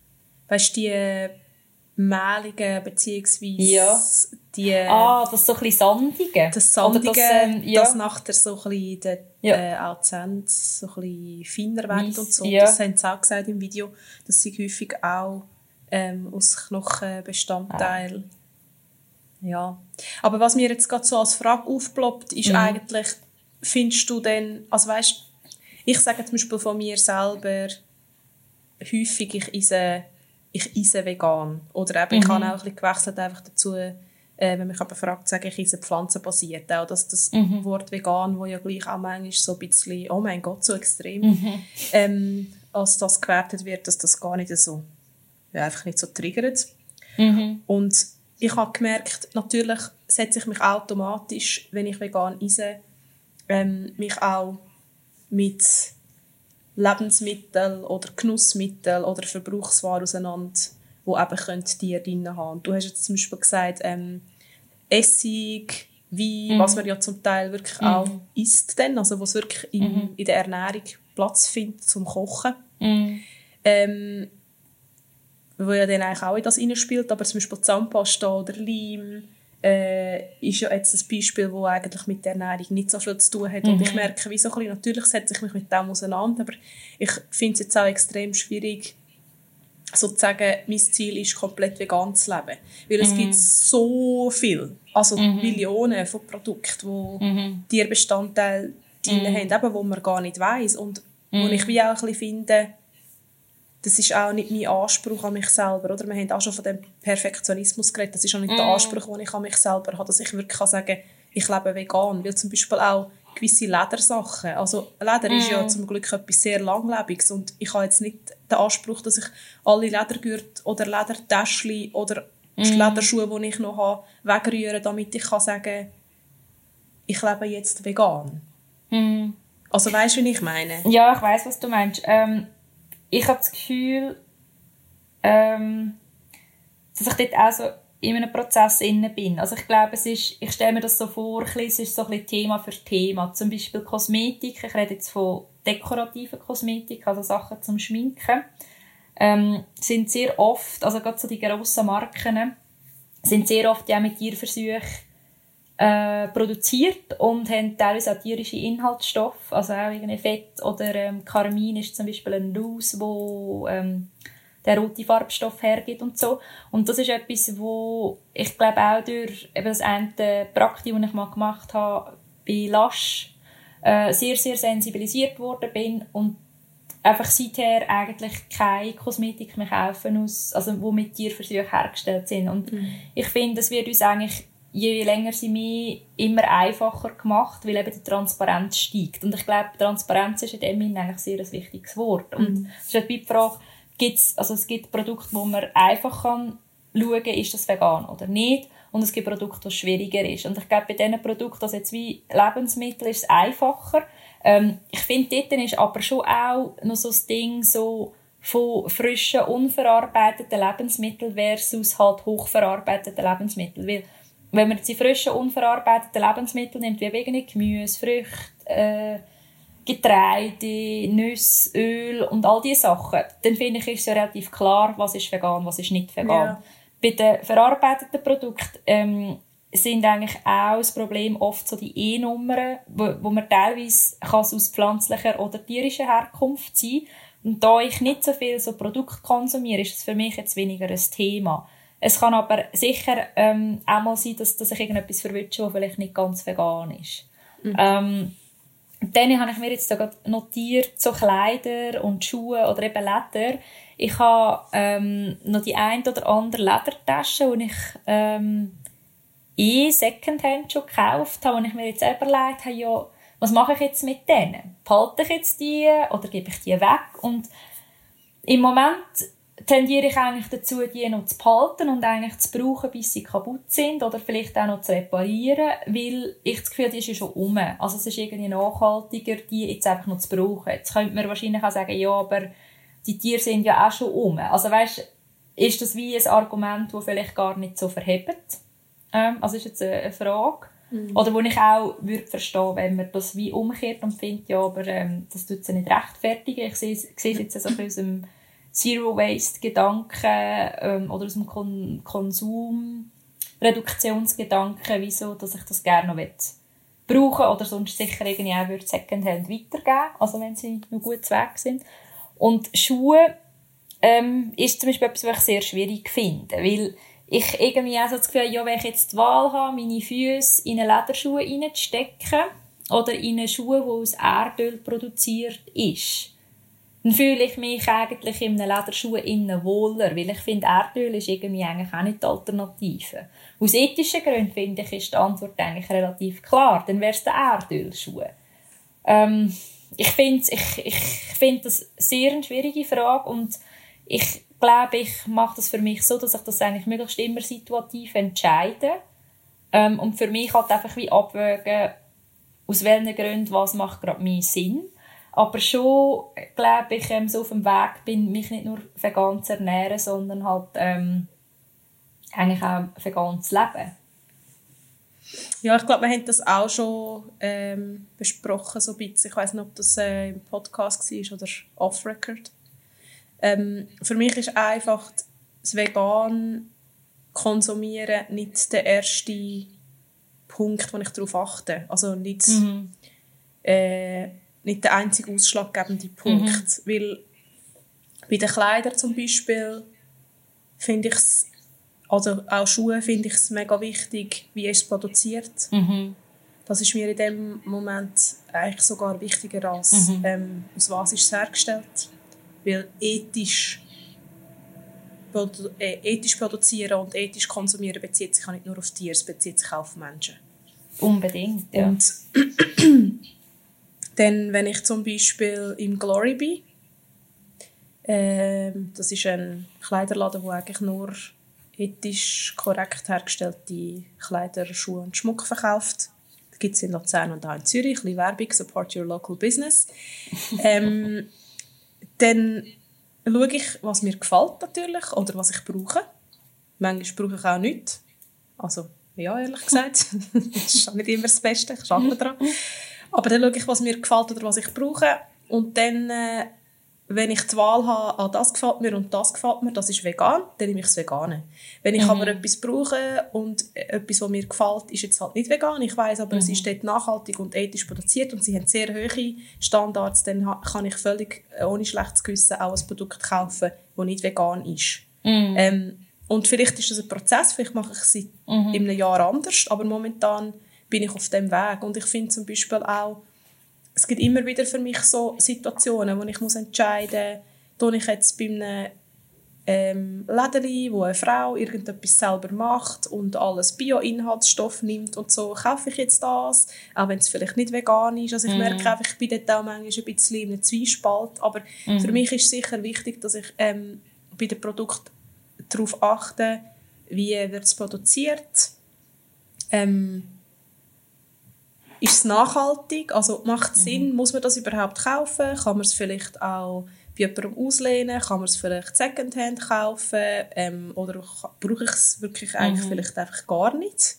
weißt du, die Mehligen, beziehungsweise Ja. die... das so ein bisschen Sandige. Das Sandige, ja. das nachher so ein bisschen Akzent so ein bisschen feiner wird und so. Ja. Das haben sie auch gesagt im Video, dass sie häufig auch aus Knochenbestandteil. Ja. Aber was mir jetzt gerade so als Frage aufploppt, ist eigentlich, findest du denn, also weißt, ich sage zum Beispiel von mir selber, häufig ich esse vegan. Oder eben, ich habe auch ein bisschen gewechselt einfach dazu, wenn mich jemand fragt, sage ich esse pflanzenbasiert. Auch das Wort vegan, wo ja gleich auch manchmal so ein bisschen, oh mein Gott, so extrem, als das gewertet wird, dass das gar nicht so, einfach nicht so triggert. Und ich habe gemerkt, natürlich setze ich mich automatisch, wenn ich vegan esse, mich auch mit Lebensmitteln oder Genussmitteln oder Verbrauchswaren auseinander, die eben Tiere drin haben. Und du hast jetzt zum Beispiel gesagt, Essig, Wein, was man ja zum Teil wirklich auch isst, dann, also wo es wirklich in der Ernährung Platz findet zum Kochen. Wo ja dann eigentlich auch in das hineinspielt, aber zum Beispiel Zahnpasta oder Leim ist ja jetzt ein Beispiel, das eigentlich mit der Ernährung nicht so viel zu tun hat. Und ich merke, wie so ein bisschen, natürlich setze ich mich mit dem auseinander, aber ich finde es jetzt auch extrem schwierig, sozusagen, mein Ziel ist, komplett vegan zu leben. Weil es gibt so viel, also Millionen von Produkten, die Tierbestandteile drin haben, eben, wo man gar nicht weiss. Und wo ich wie auch ein bisschen finde, das ist auch nicht mein Anspruch an mich selber. Oder? Wir haben auch schon von dem Perfektionismus geredet. Das ist auch nicht der Anspruch, den ich an mich selber habe, dass ich wirklich sagen kann, ich lebe vegan. Weil zum Beispiel auch gewisse Ledersachen. Also Leder ist ja zum Glück etwas sehr Langlebiges. Und ich habe jetzt nicht den Anspruch, dass ich alle Ledergürtel oder Ledertäschchen oder Lederschuhe, die ich noch habe, wegrühre, damit ich kann sagen, ich lebe jetzt vegan. Also weisst du, was ich meine? Ja, ich weiss, was du meinst. Ich habe das Gefühl, dass ich dort auch so in einem Prozess inne bin. Also ich glaube, ich stelle mir das so vor, es ist so ein bisschen Thema für Thema. Zum Beispiel Kosmetik. Ich rede jetzt von dekorativer Kosmetik, also Sachen zum Schminken. Sind sehr oft, also gerade so die grossen Marken, sind sehr oft ja mit Tierversuchen produziert und haben teilweise auch tierische Inhaltsstoffe, also auch irgendwie Fett oder Carmin ist zum Beispiel ein Ruß, wo der rote Farbstoff hergibt und so. Und das ist etwas, wo ich glaube auch durch eben das eine Praktikum, das ich mal gemacht habe bei Lush, sehr, sehr sensibilisiert worden bin und einfach seither eigentlich keine Kosmetik mehr kaufen, also mit Tierversuchen hergestellt sind. Und ich finde, es wird uns eigentlich je länger sie mehr immer einfacher gemacht, weil eben die Transparenz steigt. Und ich glaube, Transparenz ist in dem Sinne eigentlich sehr ein wichtiges Wort. Und es ist halt die Frage, es gibt Produkte, wo man einfach schauen kann, ist das vegan oder nicht. Und es gibt Produkte, wo es schwieriger ist. Und ich glaube, bei diesen Produkten, also jetzt wie Lebensmittel, ist es einfacher. Ich finde, dort ist aber schon auch noch so das Ding so von frischen, unverarbeiteten Lebensmitteln versus halt hochverarbeiteten Lebensmitteln. Weil wenn man die frischen, unverarbeiteten Lebensmittel nimmt, wie wegen Gemüse, Früchte, Getreide, Nüsse, Öl und all diese Sachen, dann finde ich, ist es ja relativ klar, was ist vegan, was ist nicht vegan. Ja. Bei den verarbeiteten Produkten sind eigentlich auch das Problem oft so die E-Nummern, wo man teilweise kann es aus pflanzlicher oder tierischer Herkunft sein. Und da ich nicht so viel so Produkte konsumiere, ist es für mich jetzt weniger ein Thema. Es kann aber sicher auch mal sein, dass ich irgendetwas verwünsche, das vielleicht nicht ganz vegan ist. Dann habe ich mir jetzt da notiert, so Kleider und Schuhe oder eben Leder. Ich habe noch die ein oder andere Ledertasche, die ich Secondhand schon gekauft habe, wo ich mir jetzt überlegt habe, ja, was mache ich jetzt mit denen? Behalte ich jetzt die oder gebe ich die weg? Und im Moment tendiere ich eigentlich dazu, die noch zu behalten und eigentlich zu brauchen, bis sie kaputt sind oder vielleicht auch noch zu reparieren, weil ich das Gefühl habe, die ist ja schon rum. Also es ist irgendwie nachhaltiger, die jetzt einfach noch zu brauchen. Jetzt könnte man wahrscheinlich auch sagen, ja, aber die Tiere sind ja auch schon rum. Also weißt, ist das wie ein Argument, das vielleicht gar nicht so verhebt? Also ist jetzt eine Frage. Oder wo ich auch würde verstehen, wenn man das wie umkehrt und findet, ja, aber das tut sie nicht rechtfertigen. Ich sehe es jetzt also aus dem Zero-Waste-Gedanken oder aus dem Konsumreduktionsgedanken, wieso, dass ich das gerne noch brauchen oder sonst sicher irgendwie auch Secondhand weitergeben, also wenn sie noch gut weg sind. Und Schuhe ist zum Beispiel etwas, was ich sehr schwierig finde, weil ich irgendwie auch so das Gefühl habe, ja, wenn ich jetzt die Wahl habe, meine Füße in eine Lederschuhe reinzustecken oder in eine Schuhe, die aus Erdöl produziert ist, dann fühle ich mich eigentlich in einem Lederschuh innen wohler, weil ich finde, Erdöl ist irgendwie eigentlich auch nicht die Alternative. Aus ethischen Gründen, finde ich, ist die Antwort eigentlich relativ klar. Dann wäre es der Erdölschuh. Ich finde das sehr eine schwierige Frage und ich glaube, ich mache das für mich so, dass ich das eigentlich möglichst immer situativ entscheide und für mich halt einfach wie abwägen, aus welchen Gründen was macht gerade mehr Sinn. Aber schon, glaube ich, so auf dem Weg bin, mich nicht nur vegan zu ernähren, sondern halt eigentlich auch vegan zu leben. Ja, ich glaube, wir haben das auch schon besprochen, so ein bisschen. Ich weiss nicht, ob das im Podcast war oder off-record. Für mich ist einfach das vegan konsumieren nicht der erste Punkt, wo ich darauf achte. Also nicht der einzige ausschlaggebende Punkt. Weil bei den Kleidern zum Beispiel finde ich es, also auch Schuhe finde ich es mega wichtig, wie es produziert. Das ist mir in dem Moment eigentlich sogar wichtiger als aus was ist es hergestellt. Weil ethisch produzieren und ethisch konsumieren bezieht sich auch nicht nur auf Tiere, es bezieht sich auch auf Menschen. Unbedingt, ja. Und dann, wenn ich zum Beispiel im Glory bin, das ist ein Kleiderladen, der eigentlich nur ethisch korrekt hergestellte Kleider, Schuhe und Schmuck verkauft. Das gibt es in Luzern und auch in Zürich. Ein bisschen Werbung, support your local business. Dann schaue ich, was mir gefällt natürlich oder was ich brauche. Manchmal brauche ich auch nichts. Also, ja, ehrlich gesagt. Das ist auch nicht immer das Beste, ich arbeite daran. Aber dann schaue ich, was mir gefällt oder was ich brauche. Und dann, wenn ich die Wahl habe, das gefällt mir und das gefällt mir, das ist vegan, dann nehme ich das Vegane. Wenn ich aber etwas brauche und etwas, was mir gefällt, ist jetzt halt nicht vegan, ich weiss, aber es ist dort nachhaltig und ethisch produziert und sie haben sehr hohe Standards, dann kann ich völlig ohne schlechtes Gewissen auch ein Produkt kaufen, das nicht vegan ist. Und vielleicht ist das ein Prozess, vielleicht mache ich es in einem Jahr anders, aber momentan bin ich auf dem Weg. Und ich finde zum Beispiel auch, es gibt immer wieder für mich so Situationen, wo ich muss entscheiden muss, tue ich jetzt bei einem Lädeli, wo eine Frau irgendetwas selber macht und alles Bio-Inhaltsstoff nimmt und so, kaufe ich jetzt das, auch wenn es vielleicht nicht vegan ist. Also ich merke einfach, ich bin dort auch manchmal ein bisschen in einem Zwiespalt, aber für mich ist sicher wichtig, dass ich bei den Produkten darauf achte, wie wird es produziert, ist es nachhaltig? Also macht es Sinn? Muss man das überhaupt kaufen? Kann man es vielleicht auch bei jemandem auslehnen? Kann man es vielleicht Secondhand kaufen? Oder brauche ich es wirklich eigentlich vielleicht einfach gar nicht?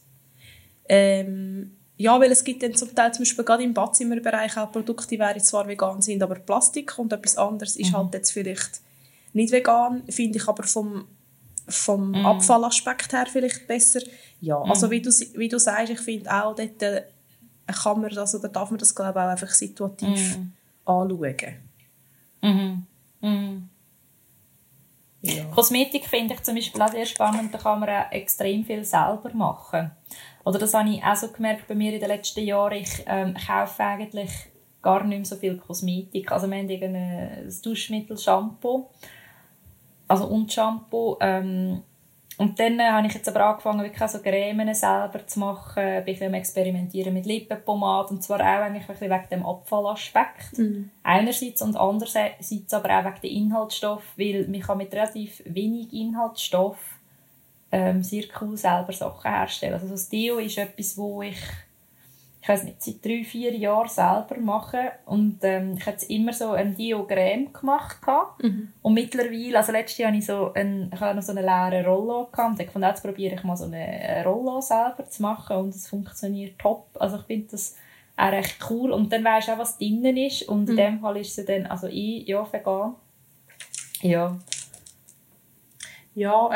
Ja, weil es gibt dann zum Teil zum Beispiel gerade im Badzimmerbereich auch Produkte, die zwar vegan sind, aber Plastik und etwas anderes ist halt jetzt vielleicht nicht vegan, finde ich aber vom Abfallaspekt her vielleicht besser. Ja, also wie du sagst, ich finde auch dort kann man das oder darf man das, glaube ich, auch einfach situativ anschauen. Ja. Kosmetik finde ich zum Beispiel auch sehr spannend, da kann man auch extrem viel selber machen. Oder das habe ich auch so gemerkt bei mir in den letzten Jahren, ich kaufe eigentlich gar nicht mehr so viel Kosmetik. Also wir haben ein Duschmittel, Shampoo, also und Shampoo, und dann habe ich jetzt aber angefangen, wirklich so Cremen selber zu machen, ein bisschen experimentieren mit Lippenpomade, und zwar auch eigentlich wegen dem Abfallaspekt. Einerseits und andererseits aber auch wegen dem Inhaltsstoff, weil man kann mit relativ wenig Inhaltsstoff sehr cool selber Sachen herstellen. Also das Deo ist etwas, wo ich weiß nicht, seit 3-4 Jahren selber mache. Und ich habe immer so ein Deo-Creme gemacht. Und mittlerweile, also letztes Jahr hatte ich noch so einen leeren Rollo gehabt. Und ich fand, jetzt probiere ich mal so einen Rollo selber zu machen. Und es funktioniert top. Also ich finde das auch recht cool. Und dann weisst du auch, was drinnen ist. Und in dem Fall ist sie dann, vegan. Ja. Ja,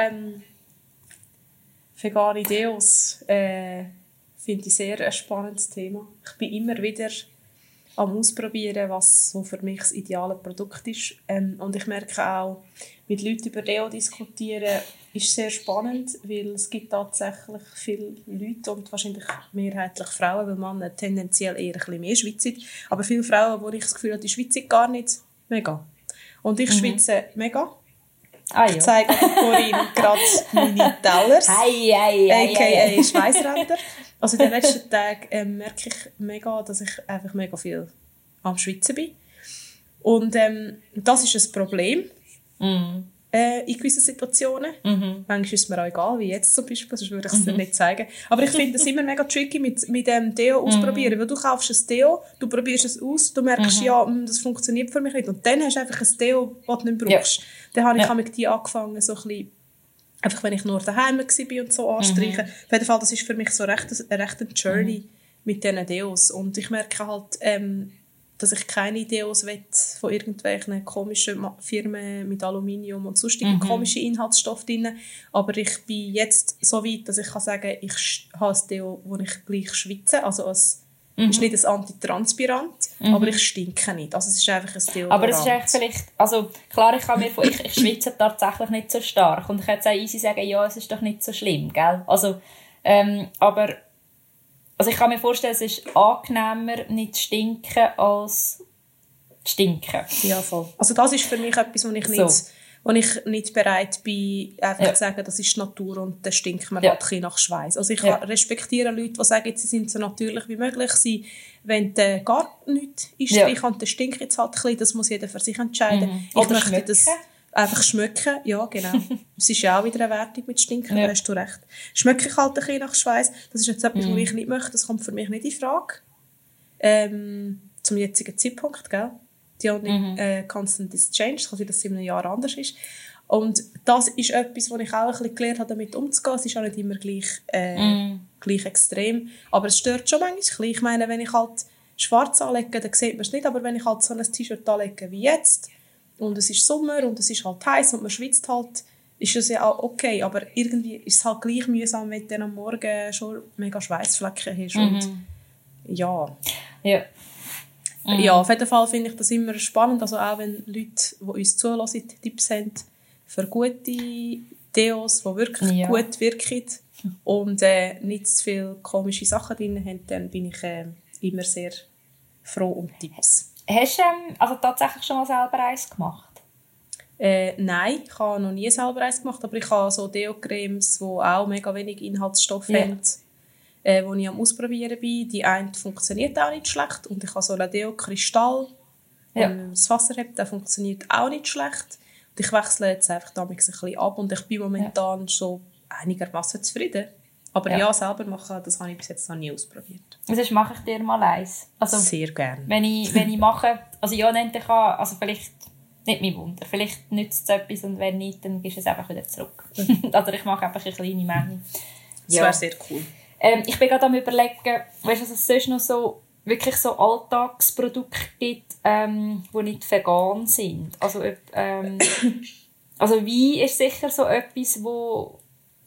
vegane Deos finde ich sehr ein spannendes Thema. Ich bin immer wieder am Ausprobieren, was so für mich das ideale Produkt ist. Und ich merke auch, mit Leuten über Deo diskutieren, ist sehr spannend, weil es gibt tatsächlich viele Leute und wahrscheinlich mehrheitlich Frauen, weil Männer tendenziell eher ein bisschen mehr schwitzen. Aber viele Frauen, wo ich das Gefühl habe, die schwitzen gar nicht mega. Und ich schwitze mega. Ich zeige Corinne gerade meine Tellers, a.k.a. Schweissränder. Also in den letzten Tagen merke ich mega, dass ich einfach mega viel am Schwitzen bin. Und das ist ein Problem in gewissen Situationen. Manchmal ist es mir auch egal, wie jetzt zum Beispiel, sonst würde ich es dir nicht zeigen. Aber ich finde es immer mega tricky mit dem Deo ausprobieren, weil du kaufst ein Deo, du probierst es aus, du merkst, ja, das funktioniert für mich nicht. Und dann hast du einfach ein Deo, das du nicht brauchst. Ja. Dann habe ich mit die angefangen, so ein bisschen, einfach wenn ich nur daheim war und so anstreichen. Auf jeden Fall, das ist für mich so eine rechte Journey mit diesen Deos. Und ich merke halt, dass ich keine Deos will von irgendwelchen komischen Firmen mit Aluminium und sonstigen komischen Inhaltsstoffen drin. Aber ich bin jetzt so weit, dass ich kann sagen, ich habe ein Deo, wo ich gleich schwitze. Also es ist nicht ein Antitranspirant, aber ich stinke nicht. Also es ist einfach ein Deodorant. Aber es ist eigentlich vielleicht, also klar, ich schwitze tatsächlich nicht so stark. Und ich könnte auch easy sagen, ja, es ist doch nicht so schlimm, gell? Also, aber also ich kann mir vorstellen, es ist angenehmer, nicht zu stinken, als zu stinken. Ja, voll. Also das ist für mich etwas, wo ich nicht bereit bin, einfach zu sagen, das ist Natur und dann stinkt man halt ein bisschen nach Schweiß. Also ich respektiere Leute, die sagen, sie sind so natürlich wie möglich. Sie wollen gar nichts einstreichen und dann stinkt jetzt halt ein bisschen. Das muss jeder für sich entscheiden. Ich Oder möchte das einfach schmecken. Ja, genau. Es ist ja auch wieder eine Wertung mit Stinken, da hast du recht. Schmecke ich halt ein bisschen nach Schweiß. Das ist jetzt etwas, was ich nicht möchte. Das kommt für mich nicht in Frage. Zum jetzigen Zeitpunkt, gell? Die only constant is change. Es kann sein, dass es in einem Jahr anders ist. Und das ist etwas, wo ich auch ein bisschen gelernt habe, damit umzugehen. Es ist auch nicht immer gleich extrem. Aber es stört schon manchmal. Ich meine, wenn ich halt schwarz anlege, dann sieht man es nicht. Aber wenn ich halt so ein T-Shirt anlege wie jetzt, und es ist Sommer und es ist halt heiß und man schwitzt halt, ist das ja auch okay. Aber irgendwie ist es halt gleich mühsam, wenn du dann am Morgen schon mega Schweißflecken hast. Und ja. Ja, auf jeden Fall finde ich das immer spannend. Also auch wenn Leute, die uns zulassen, Tipps haben für gute Deos, die wirklich gut wirken und nicht zu viele komische Sachen drin haben, dann bin ich immer sehr froh um Tipps. Hast du also tatsächlich schon mal selber eins gemacht? Nein, ich habe noch nie selber eins gemacht, aber ich habe so Deo-Cremes, die auch mega wenig Inhaltsstoffe haben, wo ich am Ausprobieren bin. Die eine funktioniert auch nicht schlecht und ich habe so einen Deo-Kristall, wenn man das Wasser hat, der funktioniert auch nicht schlecht. Und ich wechsle jetzt einfach damals ein bisschen ab und ich bin momentan schon einigermaßen zufrieden. Aber selber machen, das habe ich bis jetzt noch nie ausprobiert. Sonst mache ich dir mal eins. Also, sehr gerne. Wenn ich mache, also ja, dann kann, also vielleicht nicht mein Wunder, vielleicht nützt es etwas und wenn nicht, dann gibst du es einfach wieder zurück. Also ich mache einfach eine kleine Menge. Das wäre sehr cool. Ich bin gerade am Überlegen, weißt du, dass es sonst noch so wirklich so Alltagsprodukte gibt, die nicht vegan sind. Also Wein ist sicher so etwas, wo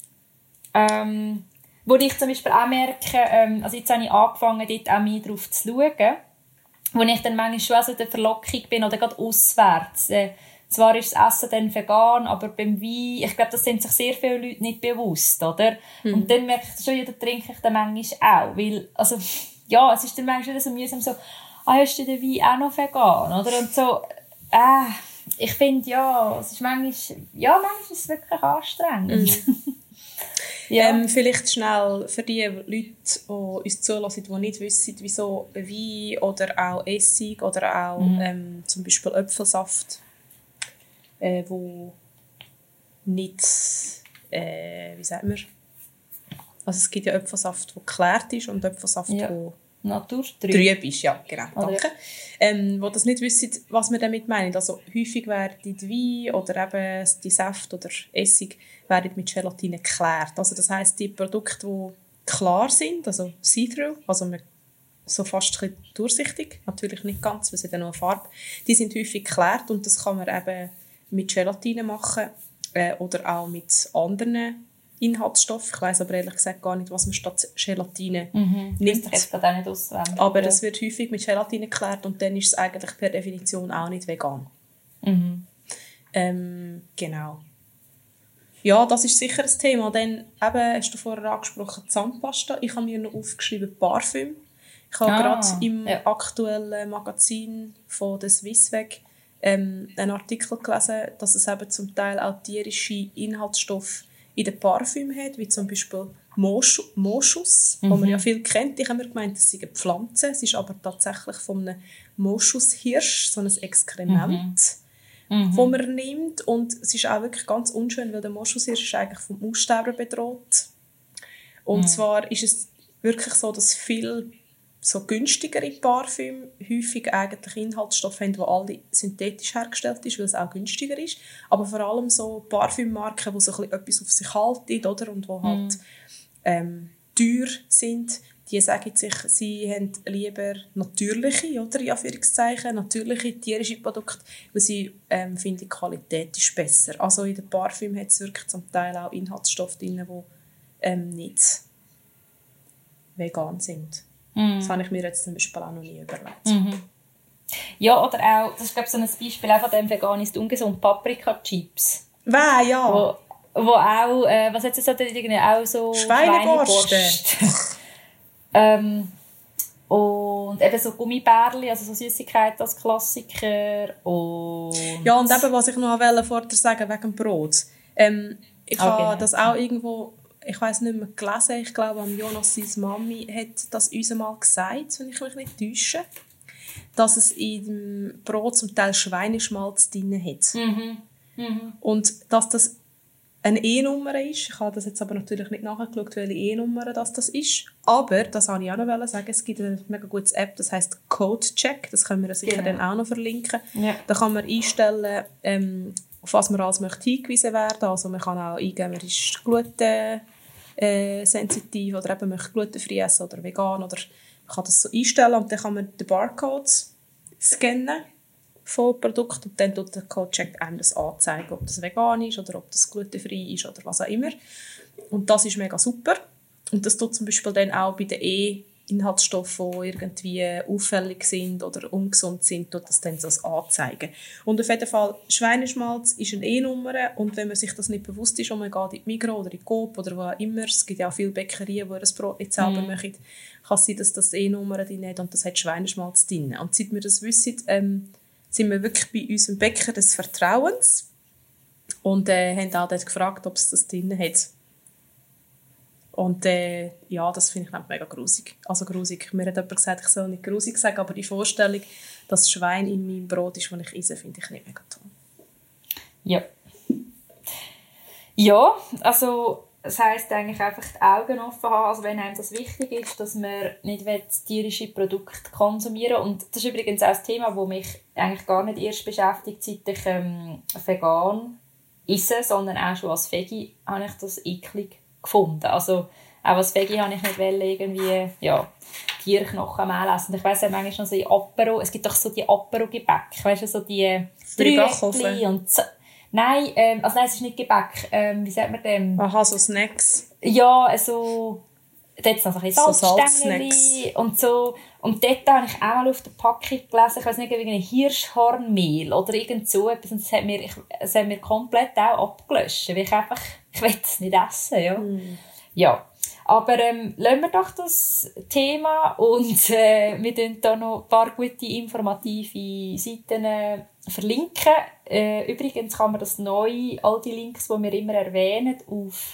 ich zum Beispiel auch merke, also jetzt habe ich angefangen, dort auch mehr drauf zu schauen, wo ich dann manchmal schon also der Verlockung bin oder gerade auswärts. Zwar ist das Essen dann vegan, aber beim Wein, ich glaube, das sind sich sehr viele Leute nicht bewusst, oder? Und dann merke ich schon, ja, da trinke ich dann manchmal auch, weil, also, ja, es ist dann manchmal wieder so mühsam so, hast du den Wein auch noch vegan, oder? Und so, ich finde, ja, es ist manchmal ist es wirklich anstrengend. Vielleicht schnell für die Leute, die uns zulassen, die nicht wissen, wieso Wein oder auch Essig oder auch zum Beispiel Apfelsaft, wo nicht, wie sagt man, also es gibt ja Apfelsaft, der geklärt ist und Apfelsaft, der trüb ist, ja, genau, danke. Wo das nicht wissen, was wir damit meinen. Also häufig werden Wein oder eben die Saft oder Essig werden mit Gelatine geklärt. Also das heisst, die Produkte, die klar sind, also see-through, also so fast ein bisschen durchsichtig, natürlich nicht ganz, weil sie dann nur eine Farbe, die sind häufig geklärt und das kann man eben mit Gelatine machen oder auch mit anderen Inhaltsstoffen. Ich weiss aber ehrlich gesagt gar nicht, was man statt Gelatine nimmt. Ich jetzt gerade auch nicht auswendig. Aber es wird häufig mit Gelatine geklärt und dann ist es eigentlich per Definition auch nicht vegan. Genau. Ja, das ist sicher ein Thema. Dann eben, hast du vorher angesprochen, Zahnpasta. Ich habe mir noch aufgeschrieben Parfüm. Ich habe gerade im aktuellen Magazin von der Swissweg einen Artikel gelesen, dass es eben zum Teil auch tierische Inhaltsstoffe in den Parfüm hat, wie zum Beispiel Moschus, den man ja viel kennt. Ich habe mir gemeint, das sind Pflanzen. Es ist aber tatsächlich von einem Moschushirsch, so ein Exkrement, das man nimmt. Und es ist auch wirklich ganz unschön, weil der Moschushirsch ist eigentlich vom Aussterben bedroht. Und zwar ist es wirklich so, dass viel so günstigere Parfüm häufig eigentlich Inhaltsstoffe haben, die alle synthetisch hergestellt sind, weil es auch günstiger ist. Aber vor allem so Parfümmarken, die so etwas auf sich halten, oder? Und die halt teuer sind, die sagen sich, sie haben lieber natürliche, oder, in Anführungszeichen, natürliche tierische Produkte, weil sie finden, die Qualität ist besser. Also in den Parfüm hat es wirklich zum Teil auch Inhaltsstoffe drin, die nicht vegan sind. Das habe ich mir jetzt zum Beispiel auch noch nie überlegt. Ja, oder auch, das ist glaube ich so ein Beispiel auch von dem vegan ist ungesund, Paprika-Chips. Ja. Wo auch, was hat es so irgendwie auch so Schweineborst. Und eben so Gummibärli, also so Süßigkeiten als Klassiker. Ja, und eben, was ich noch vorher sagen wegen dem Brot. Ich habe das auch irgendwo, ich weiss nicht mehr, gelesen. Ich glaube, Jonas, seine Mami, hat das uns mal gesagt, wenn ich mich nicht täusche, dass es im Brot zum Teil Schweineschmalz drin hat. Und dass das eine E-Nummer ist. Ich habe das jetzt aber natürlich nicht nachgeschaut, welche E-Nummer das ist. Aber, das wollte ich auch noch sagen, es gibt eine mega gute App, das heisst Codecheck. Das können wir sicher dann auch noch verlinken. Ja. Da kann man einstellen, auf was man alles möchte hingewiesen werden. Also man kann auch eingeben, man ist glutensensitiv oder eben möchte glutenfrei essen oder vegan. Oder man kann das so einstellen und dann kann man den Barcode scannen von Produkt und dann tut der Codecheck einem das anzeigen, ob das vegan ist oder ob das glutenfrei ist oder was auch immer. Und das ist mega super. Und das tut zum Beispiel dann auch bei den Inhaltsstoffen, die irgendwie auffällig sind oder ungesund sind, tut das dann so anzeigen. Und auf jeden Fall, Schweineschmalz ist eine E-Nummer und wenn man sich das nicht bewusst ist und man geht in die Migros oder in die Coop oder wo auch immer, es gibt ja auch viele Bäckerien, die das Brot nicht selber machen, kann es sein, dass das E-Nummer drin hat und das hat Schweineschmalz drin. Und seit wir das wissen, sind wir wirklich bei unserem Bäcker des Vertrauens und haben auch dort gefragt, ob es das drin hat. Und ja, das finde ich mega grusig. Also grusig. Mir hat jemand gesagt, ich soll nicht grusig sagen, aber die Vorstellung, dass Schwein in meinem Brot ist, das ich esse, finde ich nicht mega toll. Ja. Ja, also das heisst eigentlich einfach die Augen offen haben, also wenn einem das wichtig ist, dass man nicht tierische Produkte konsumieren will. Und das ist übrigens auch ein Thema, das mich eigentlich gar nicht erst beschäftigt, seit ich vegan esse, sondern auch schon als Veggie habe ich das eklig gefunden. Also auch als Veggie habe ich nicht irgendwie Tierknochenmehl essen. Ich weiss ja manchmal noch so in Apero, es gibt doch so die Apero-Gebäck, weißt du, so die Brüechli und so. Nein, es ist nicht Gebäck. Wie sagt man dem? Aha, so Snacks. Ja, also dort noch so ein bisschen Salzstängeli und so. Und dort habe ich auch mal auf der Packung gelesen, ich weiss nicht, wie ein Hirschhornmehl oder irgend so etwas. Und es hat mir komplett auch abgelöscht, weil ich will es nicht essen. Ja. Ja. Aber lassen wir doch das Thema und wir tun da noch ein paar gute, informative Seiten verlinken. Übrigens kann man das neu, all die Links, die wir immer erwähnen, auf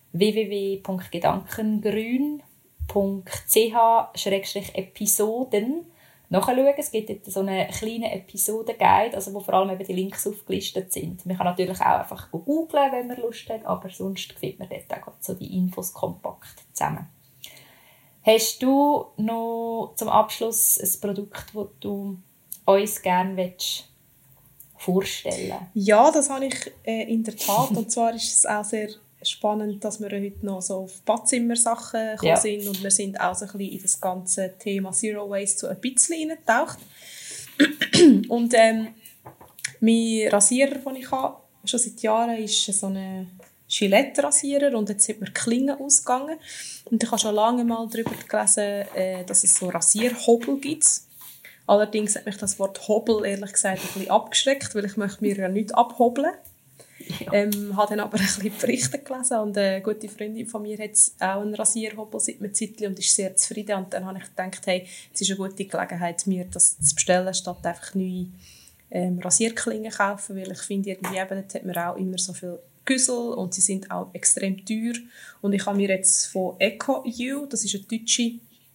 www.gedankengrün.ch/Episoden nachschauen. Es gibt jetzt so einen kleinen Episodenguide, also wo vor allem eben die Links aufgelistet sind. Man kann natürlich auch einfach googlen, wenn man Lust hat, aber sonst findet man dort auch so die Infos kompakt zusammen. Hast du noch zum Abschluss ein Produkt, das du uns gerne vorstellen willst? Ja, das habe ich in der Tat. Und zwar ist es auch sehr spannend, dass wir heute noch so auf Badzimmer-Sachen gekommen sind und wir sind auch so ein bisschen in das ganze Thema Zero Waste so ein bisschen eingetaucht. Und Mein Rasierer, den ich habe, schon seit Jahren, ist so ein Gillette-Rasierer und jetzt sind mir die Klingen ausgegangen. Und ich habe schon lange mal darüber gelesen, dass es so Rasierhobel gibt. Allerdings hat mich das Wort Hobel ehrlich gesagt ein bisschen abgeschreckt, weil ich möchte mir ja nicht abhobeln. Ja. Habe dann aber ein bisschen Berichte gelesen und eine gute Freundin von mir hat auch einen Rasierhobel seit einer Zeit und ist sehr zufrieden. Und dann habe ich gedacht, hey, es ist eine gute Gelegenheit, mir das zu bestellen, statt einfach neue Rasierklingen kaufen, weil ich finde, irgendwie eben, dort hat man auch immer so viel Güssel und sie sind auch extrem teuer. Und ich habe mir jetzt von EcoU, das ist eine deutsche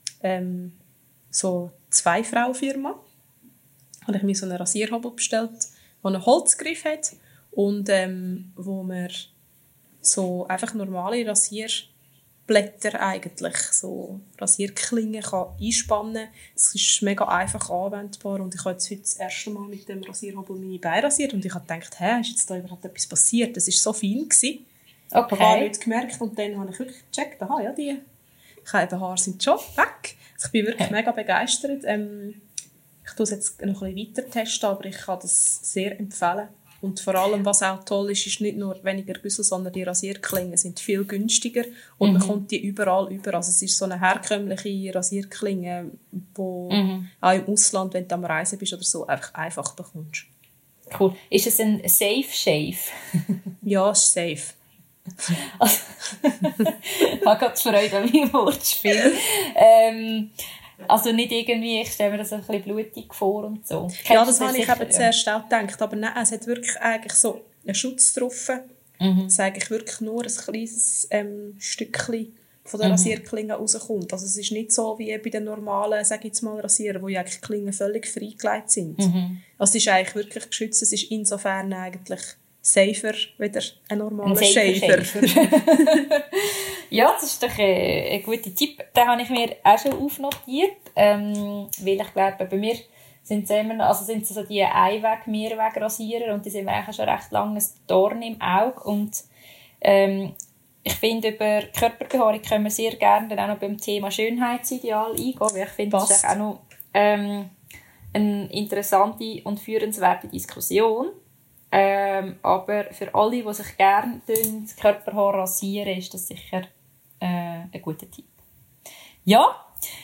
so Zwei-Frau-Firma, habe ich mir so einen Rasierhobel bestellt, der einen Holzgriff hat und wo man so einfach normale Rasierblätter eigentlich, so Rasierklingen kann einspannen kann. Es ist mega einfach anwendbar und ich habe jetzt heute das erste Mal mit dem Rasierhobel meine Beine rasiert und ich habe gedacht, ist jetzt da überhaupt etwas passiert? Das war so fein gewesen. Okay. Ich habe nichts gemerkt und dann habe ich wirklich gecheckt, die Haare sind schon weg. Also ich bin wirklich mega begeistert. Ich tue es jetzt noch ein bisschen weiter testen, aber ich kann das sehr empfehlen. Und vor allem, was auch toll ist, ist nicht nur weniger Güssel, sondern die Rasierklingen sind viel günstiger und man kommt die überall über. Also es ist so eine herkömmliche Rasierklinge, die auch im Ausland, wenn du am Reisen bist oder so, einfach bekommst. Cool. Ist es ein Safe Shave? Ja, es ist safe. Also, ich habe gerade Freude an meinem Wortspiel. Also nicht irgendwie, ich stelle mir das ein bisschen blutig vor und so. Ja, das habe ich eben zuerst auch gedacht, aber nein, es hat wirklich eigentlich so einen Schutz drauf. Es ist eigentlich wirklich nur ein kleines Stückchen von der Rasierklinge rauskommt. Also es ist nicht so wie bei den normalen, sage ich jetzt mal, Rasierern, wo ja eigentlich die Klingen völlig freigelegt sind. Also es ist eigentlich wirklich geschützt, es ist insofern eigentlich safer wieder ein normaler Shaver. Ja, das ist doch ein guter Tipp. Den habe ich mir auch schon aufnotiert, weil ich glaube, bei mir sind es so die Einweg-Mehrweg-Rasierer und die sind mir eigentlich schon recht lange ein Dorn im Auge und ich finde, über Körperbehaarung können wir sehr gerne dann auch noch beim Thema Schönheitsideal eingehen, weil ich finde, das ist auch noch eine interessante und führenswerte Diskussion. Aber für alle, die sich gerne das Körperhaar rasieren, ist das sicher ein guter Tipp. Ja?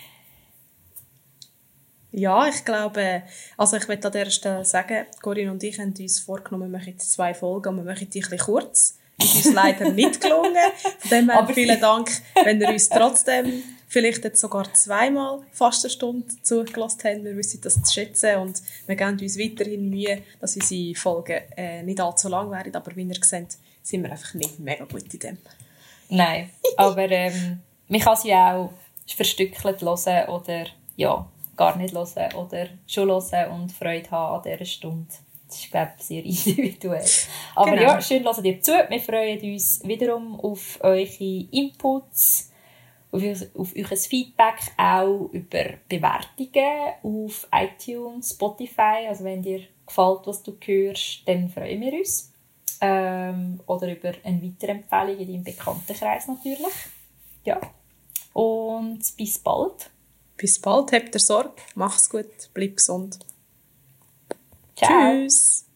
Ja, ich glaube, also ich möchte an dieser Stelle sagen, Corinne und ich haben uns vorgenommen, wir machen jetzt 2 Folgen und wir machen die ein bisschen kurz. Das ist uns leider nicht gelungen. Von dem her vielen Dank, wenn ihr uns trotzdem vielleicht jetzt sogar 2-mal fast eine Stunde zugelassen habt. Wir wissen das zu schätzen und wir geben uns weiterhin Mühe, dass unsere Folgen nicht allzu lang werden. Aber wie ihr seht, sind wir einfach nicht mega gut in dem. Nein, aber man kann sie auch verstückelt hören oder ja, gar nicht hören oder schon hören und Freude haben an dieser Stunde. Das ist, glaube ich, sehr individuell. Aber genau. Ja, schön, hört ihr zu. Wir freuen uns wiederum auf eure Inputs, auf euer Feedback, auch über Bewertungen auf iTunes, Spotify. Also wenn dir gefällt, was du hörst, dann freuen wir uns. Oder über eine weitere Empfehlung in deinem Bekanntenkreis natürlich. Ja. Und bis bald. Bis bald, habt ihr Sorge, macht's gut, bleibt gesund. Ciao. Tschüss.